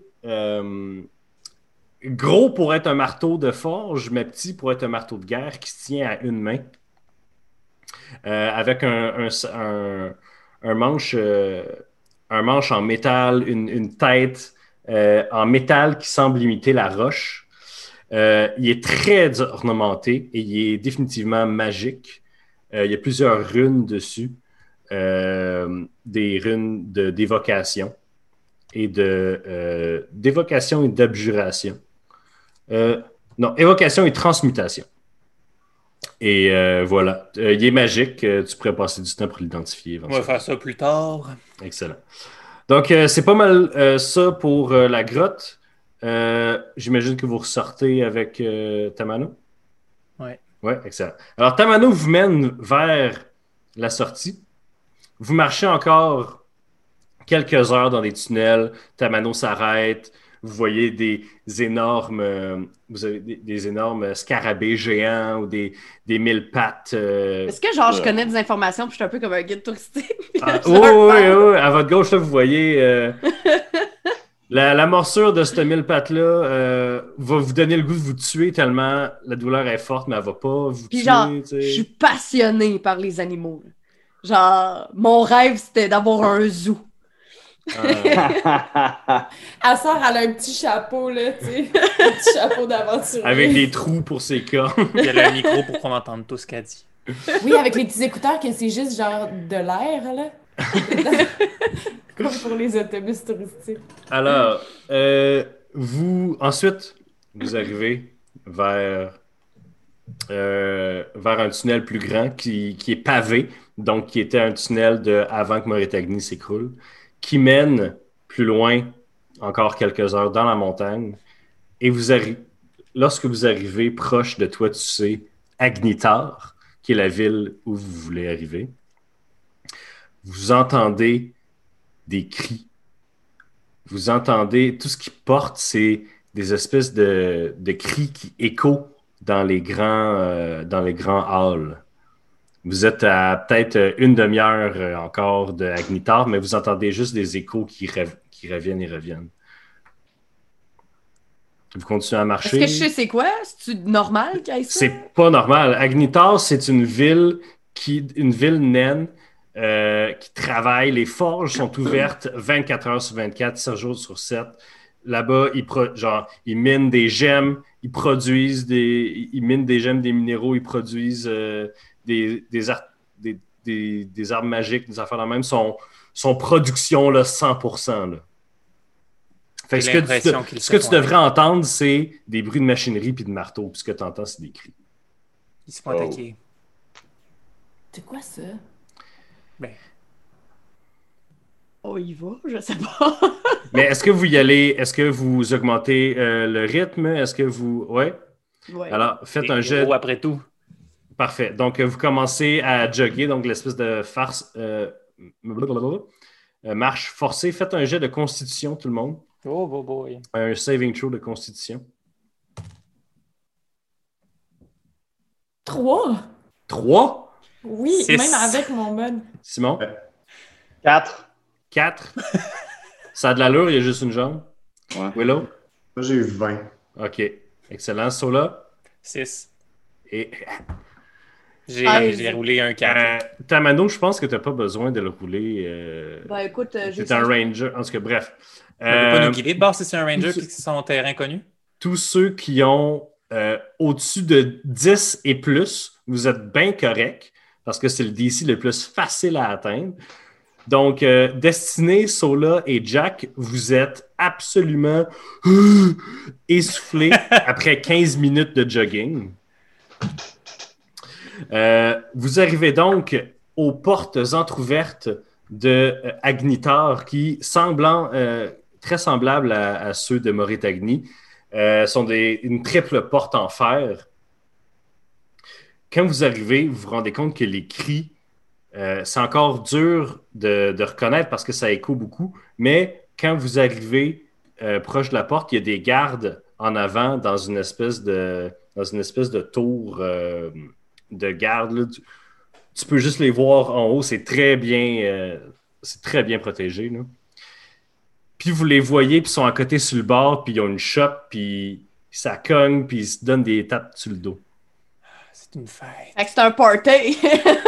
gros pour être un marteau de forge, mais petit pour être un marteau de guerre qui se tient à une main. Avec un manche en métal, une tête en métal qui semble imiter la roche. Il est très ornementé et il est définitivement magique. Il y a plusieurs runes dessus, des runes d'évocation et d'évocation et d'abjuration. Non, évocation et transmutation. Et voilà. Il est magique. Tu pourrais passer du temps pour l'identifier. On va faire ça plus tard. Excellent. Donc, c'est pas mal ça pour la grotte. J'imagine que vous ressortez avec Tamano. Ouais. Ouais, excellent. Alors, Tamano vous mène vers la sortie. Vous marchez encore quelques heures dans des tunnels. Tamano s'arrête. Vous voyez des énormes, vous avez des énormes scarabées géants ou des mille pattes. Est-ce que genre je connais des informations puis je suis un peu comme un guide touristique? Oui. À votre gauche, là, vous voyez la morsure de cette mille pattes-là va vous donner le goût de vous tuer tellement la douleur est forte, mais elle va pas vous Puis tuer. genre, je suis passionnée par les animaux. Genre, mon rêve, c'était d'avoir un zoo. À sort, elle a un petit chapeau, là, tu sais. Un petit chapeau d'aventurier. Avec des trous pour ses cornes. Il y a le micro pour qu'on entende tout ce qu'elle dit. Oui, avec les petits écouteurs, que c'est juste genre de l'air, là. Comme pour les autobus touristiques. Alors, ensuite, vous arrivez vers un tunnel plus grand qui est pavé, donc qui était un tunnel avant que Moritagni s'écroule, qui mène plus loin, encore quelques heures, dans la montagne. Et lorsque vous arrivez proche de toi, tu sais, Agnitar, qui est la ville où vous voulez arriver, vous entendez des cris. Vous entendez, tout ce qui porte, c'est des espèces de cris qui échos dans les grands halls. Vous êtes à peut-être une demi-heure encore de Agnitar, mais vous entendez juste des échos qui reviennent et reviennent. Vous continuez à marcher. Est-ce que je sais c'est quoi? C'est normal qu'il y ait ça? C'est pas normal. Agnitar, c'est une ville naine qui travaille. Les forges sont ouvertes 24 heures sur 24, 7 jours sur 7. Là-bas, ils minent des gemmes, ils minent des gemmes, des minéraux, ils produisent des armes magiques, des affaires de même. Son production, là, 100%. Là. Fait que ce que tu devrais entendre, c'est des bruits de machinerie puis de marteau. Puis ce que tu entends, c'est des cris. Ils se font attaquer. C'est quoi ça? Ben. Oh, il va? Je sais pas. Mais est-ce que vous y allez? Est-ce que vous augmentez le rythme? Est-ce que vous... Ouais? Alors, faites un jet... après tout. Parfait. Donc, vous commencez à jogger, donc l'espèce de farce... marche forcée. Faites un jet de constitution, tout le monde. Oh, boy. Un saving throw de constitution. 3? 3? Oui, 6. même avec mon mode. Simon? 4. 4? Ça a de l'allure, il y a juste une jambe. Ouais. Willow? Moi, j'ai eu 20. OK. Excellent. Sola? 6. Et... J'ai roulé un 4. Tamano, je pense que tu n'as pas besoin de le rouler. Ben écoute, c'est un ranger. En tout cas, bref. Tu peux pas nous guider de base si c'est un ranger et que c'est son terrain connu? Tous ceux qui ont au-dessus de 10 et plus, vous êtes bien corrects parce que c'est le DC le plus facile à atteindre. Donc, Destiné, Sola et Jack, vous êtes absolument essoufflés après 15 minutes de jogging. Vous arrivez donc aux portes entrouvertes de Agnitar qui, très semblables à ceux de Moritagni, sont une triple porte en fer. Quand vous arrivez, vous vous rendez compte que les cris, c'est encore dur de reconnaître parce que ça écho beaucoup, mais quand vous arrivez proche de la porte, il y a des gardes en avant dans une espèce de tour de garde. Là. Tu peux juste les voir en haut, c'est très bien protégé. Là. Puis vous les voyez, puis ils sont à côté sur le bord, puis ils ont une chope, puis ça cogne, puis ils se donnent des tapes sur le dos. C'est une fête. Fait que c'est un party.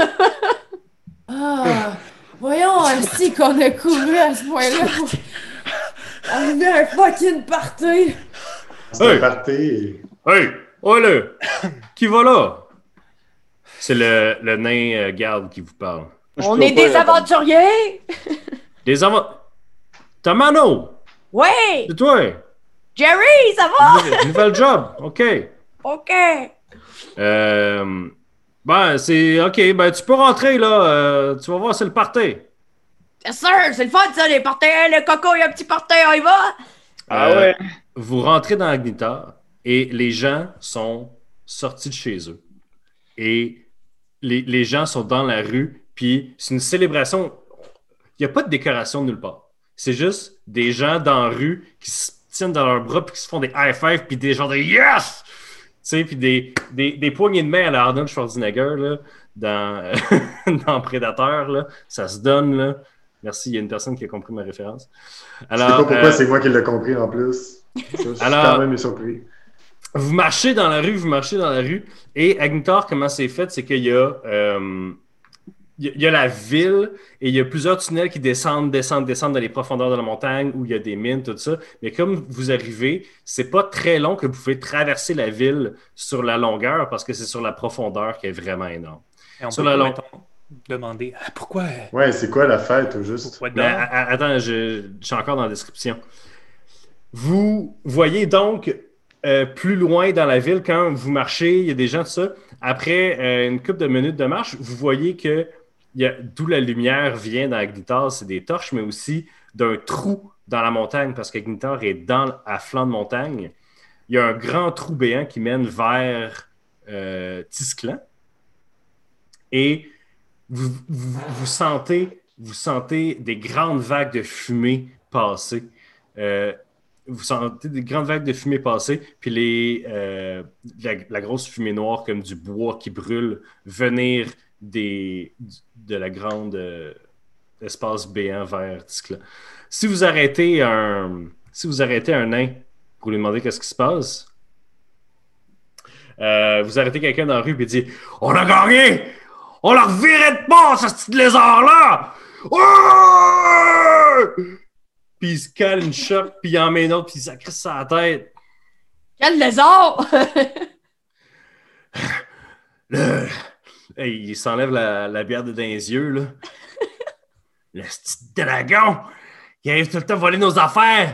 Ah, voyons, ainsi qu'on a couru à ce point-là pour arriver à un fucking party. C'est un party. Hey! Oh là! Qui va là? C'est le nain garde qui vous parle. On est des aventuriers! Des avant... Tamano! Ouais! C'est toi! Jerry, ça va? Nouvelle job! OK. OK. Ben, c'est... OK, ben tu peux rentrer, là. Tu vas voir, c'est le party. Yes, sir! C'est le fun, ça, les parties. Le coco, il y a un petit party, on y va? Ah ouais. Vous rentrez dans Agnitar et les gens sont sortis de chez eux. Et les gens sont dans la rue, puis c'est une célébration. Il n'y a pas de décoration nulle part. C'est juste des gens dans la rue qui se tiennent dans leurs bras, puis qui se font des high-fives, puis des gens de yes! Tu sais, puis des poignées de main à la Arnold Schwarzenegger, là, dans, dans Predator, là. Ça se donne, là. Merci, il y a une personne qui a compris ma référence. Alors, je sais pas pourquoi c'est moi qui l'ai compris en plus. Ça, je suis quand même surpris. Vous marchez dans la rue, et Agnitar, comment c'est fait, c'est qu'il y a, il y a la ville, et il y a plusieurs tunnels qui descendent dans les profondeurs de la montagne, où il y a des mines, tout ça. Mais comme vous arrivez, c'est pas très long que vous pouvez traverser la ville sur la longueur, parce que c'est sur la profondeur qui est vraiment énorme. Et on sur peut la longueur. Demander pourquoi. Ouais, c'est quoi la fête au juste? Attends, je suis encore dans la description. Vous voyez donc plus loin dans la ville, quand vous marchez, il y a des gens, tout ça. Après une couple de minutes de marche, vous voyez que d'où la lumière vient dans Agnitar, c'est des torches, mais aussi d'un trou dans la montagne, parce qu'Agnitar est à flanc de montagne. Il y a un grand trou béant qui mène vers Tisclan. Et vous sentez des grandes vagues de fumée passer. Vous sentez des grandes vagues de fumée passer, puis la grosse fumée noire comme du bois qui brûle venir de la grande espace béant vers Tisclan. Si vous arrêtez un nain pour lui demander qu'est-ce qui se passe, vous arrêtez quelqu'un dans la rue et dit « On a gagné! On leur virait de bord, ce petit lézard-là! Ouais! » Puis il se cale une chope, puis il en met une autre, puis il s'acrisse sa tête. Quel lézard! Hey, il s'enlève la bière dans les yeux, là. Le petit dragon! Il arrive tout le temps à voler nos affaires!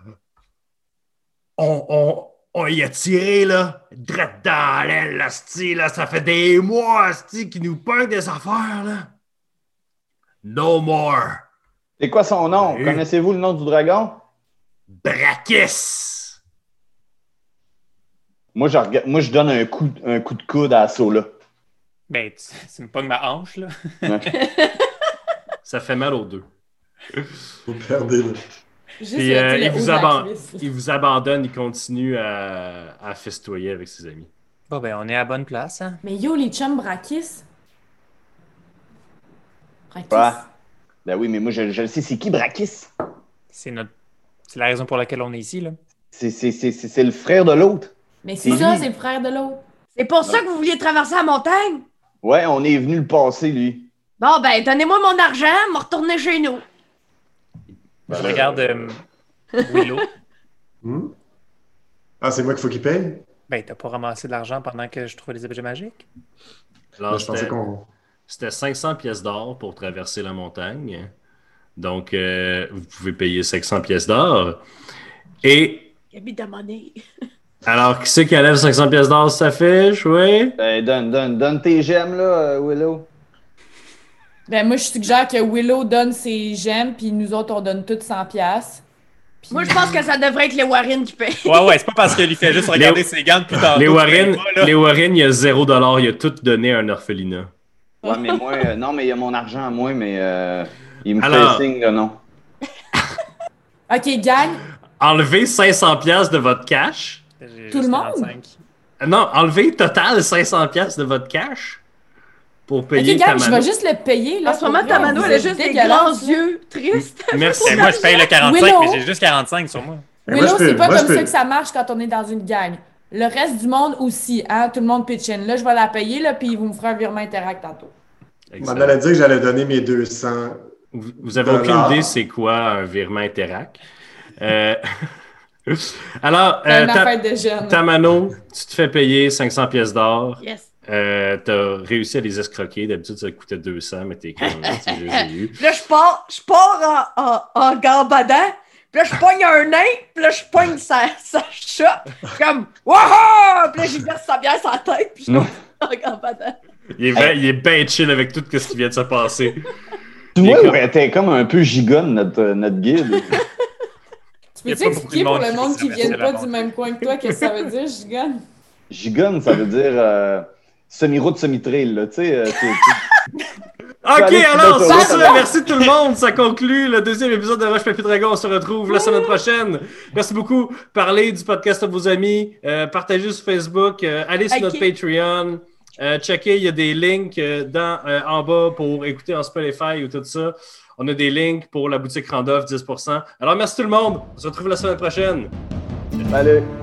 On y a tiré, là, drette dans l'aile, là, ça fait des mois, qu'il nous pogne des affaires, là. No more. C'est quoi son nom? Oui. Connaissez-vous le nom du dragon? Brakis. Moi, je donne un coup de coude à Sola. Ben, tu me pognes ma hanche, là. Ouais. Ça fait mal aux deux. Vous perdez, là. Puis, il vous abandonne, il continue à festoyer avec ses amis. Bon, ben, on est à la bonne place, hein? Mais yo, les chums Brakis. Brakis. Ouais. Ben oui, mais moi, je le sais, c'est qui Brakis? C'est la raison pour laquelle on est ici, là. C'est le frère de l'autre. Mais c'est C'est ça, lui. c'est le frère de l'autre. C'est pour ça que vous vouliez traverser la montagne? Ouais, on est venu le passer, lui. Bon, ben, donnez-moi mon argent, me retourner chez nous. Je regarde Willow. Ah, c'est moi qu'il faut qu'il paye? Ben, t'as pas ramassé de l'argent pendant que je trouvais les objets magiques? Alors, Je pensais qu'on... c'était 500 pièces d'or pour traverser la montagne. Donc, vous pouvez payer 500 pièces d'or. Et Give me the money. alors, qui c'est qui enlève 500 pièces d'or sur sa fiche? Oui? Donne tes gemmes, là, Willow. Ben, moi, je suggère que Willow donne ses gemmes, puis nous autres, on donne toutes 100$. Puis... Moi, je pense que ça devrait être les Warren qui payent. Ouais, c'est pas parce qu'il fait juste regarder ses gants depuis tantôt. Les Warren, pas, il y a 0$. Il a tout donné à un orphelinat. Ouais, mais moi, non, mais il y a mon argent à moi, mais il me Alors- fait signe de non. OK, gang. Enlevez 500 pièces de votre cash. J'ai Tout le juste monde? 45. Non, enlevez total 500 pièces de votre cash pour payer OK, gang, Tamano. je vais juste le payer. Là, En ce moment, pour vrai, Tamano, vous elle a êtes juste des dégueulasse, grands là. yeux tristes. Merci. Ben, moi, je paye le 45, Willow. mais j'ai juste 45 sur moi. Ben, moi, Willow, je peux- c'est pas moi, je comme peux- ça que ça marche quand on est dans une gang. Le reste du monde aussi, hein? Tout le monde pitch in. Là, je vais la payer, là, puis vous me ferez un virement Interact tantôt. On Excellent. m'en allait dire que j'allais donner mes 200. Vous avez aucune idée c'est quoi un virement Interac. Alors, Une affaire de jeune. Tamano, tu te fais payer 500 pièces d'or. Yes. T'as réussi à les escroquer. D'habitude, ça coûtait 200, mais t'es comme... tu les as eu. Puis là, je pars en gambadant. Puis là, je pogne un nain. Puis là, je pogne sa chope. Comme, wouhou! Puis là, j'y verse sa bière sur la tête. Puis je Non. en gambadant. Il est bien chill avec tout ce qui vient de se passer. Tu vois, comme- ouais, t'es comme un peu gigonne, notre guide. Tu Y a peux-tu pas beaucoup expliquer de pour monde le qui monde peut qui traverser vient la pas bande. du même coin que toi, qu'est-ce que ça veut dire, gigonne? Gigonne, ça veut dire semi-route, semi-trail, là, tu sais. Ok, aller sur alors, l'autoroute sur ça, avec- merci tout le monde. Ça conclut le deuxième épisode de Roche Papier Dragon. On se retrouve la semaine prochaine. Merci beaucoup. Parlez du podcast à vos amis. Partagez sur Facebook. Allez sur notre Patreon. Checkez, il y a des links en bas pour écouter en Spotify ou tout ça. On a des links pour la boutique Randolph, 10%. Alors, merci tout le monde. On se retrouve la semaine prochaine. Allez.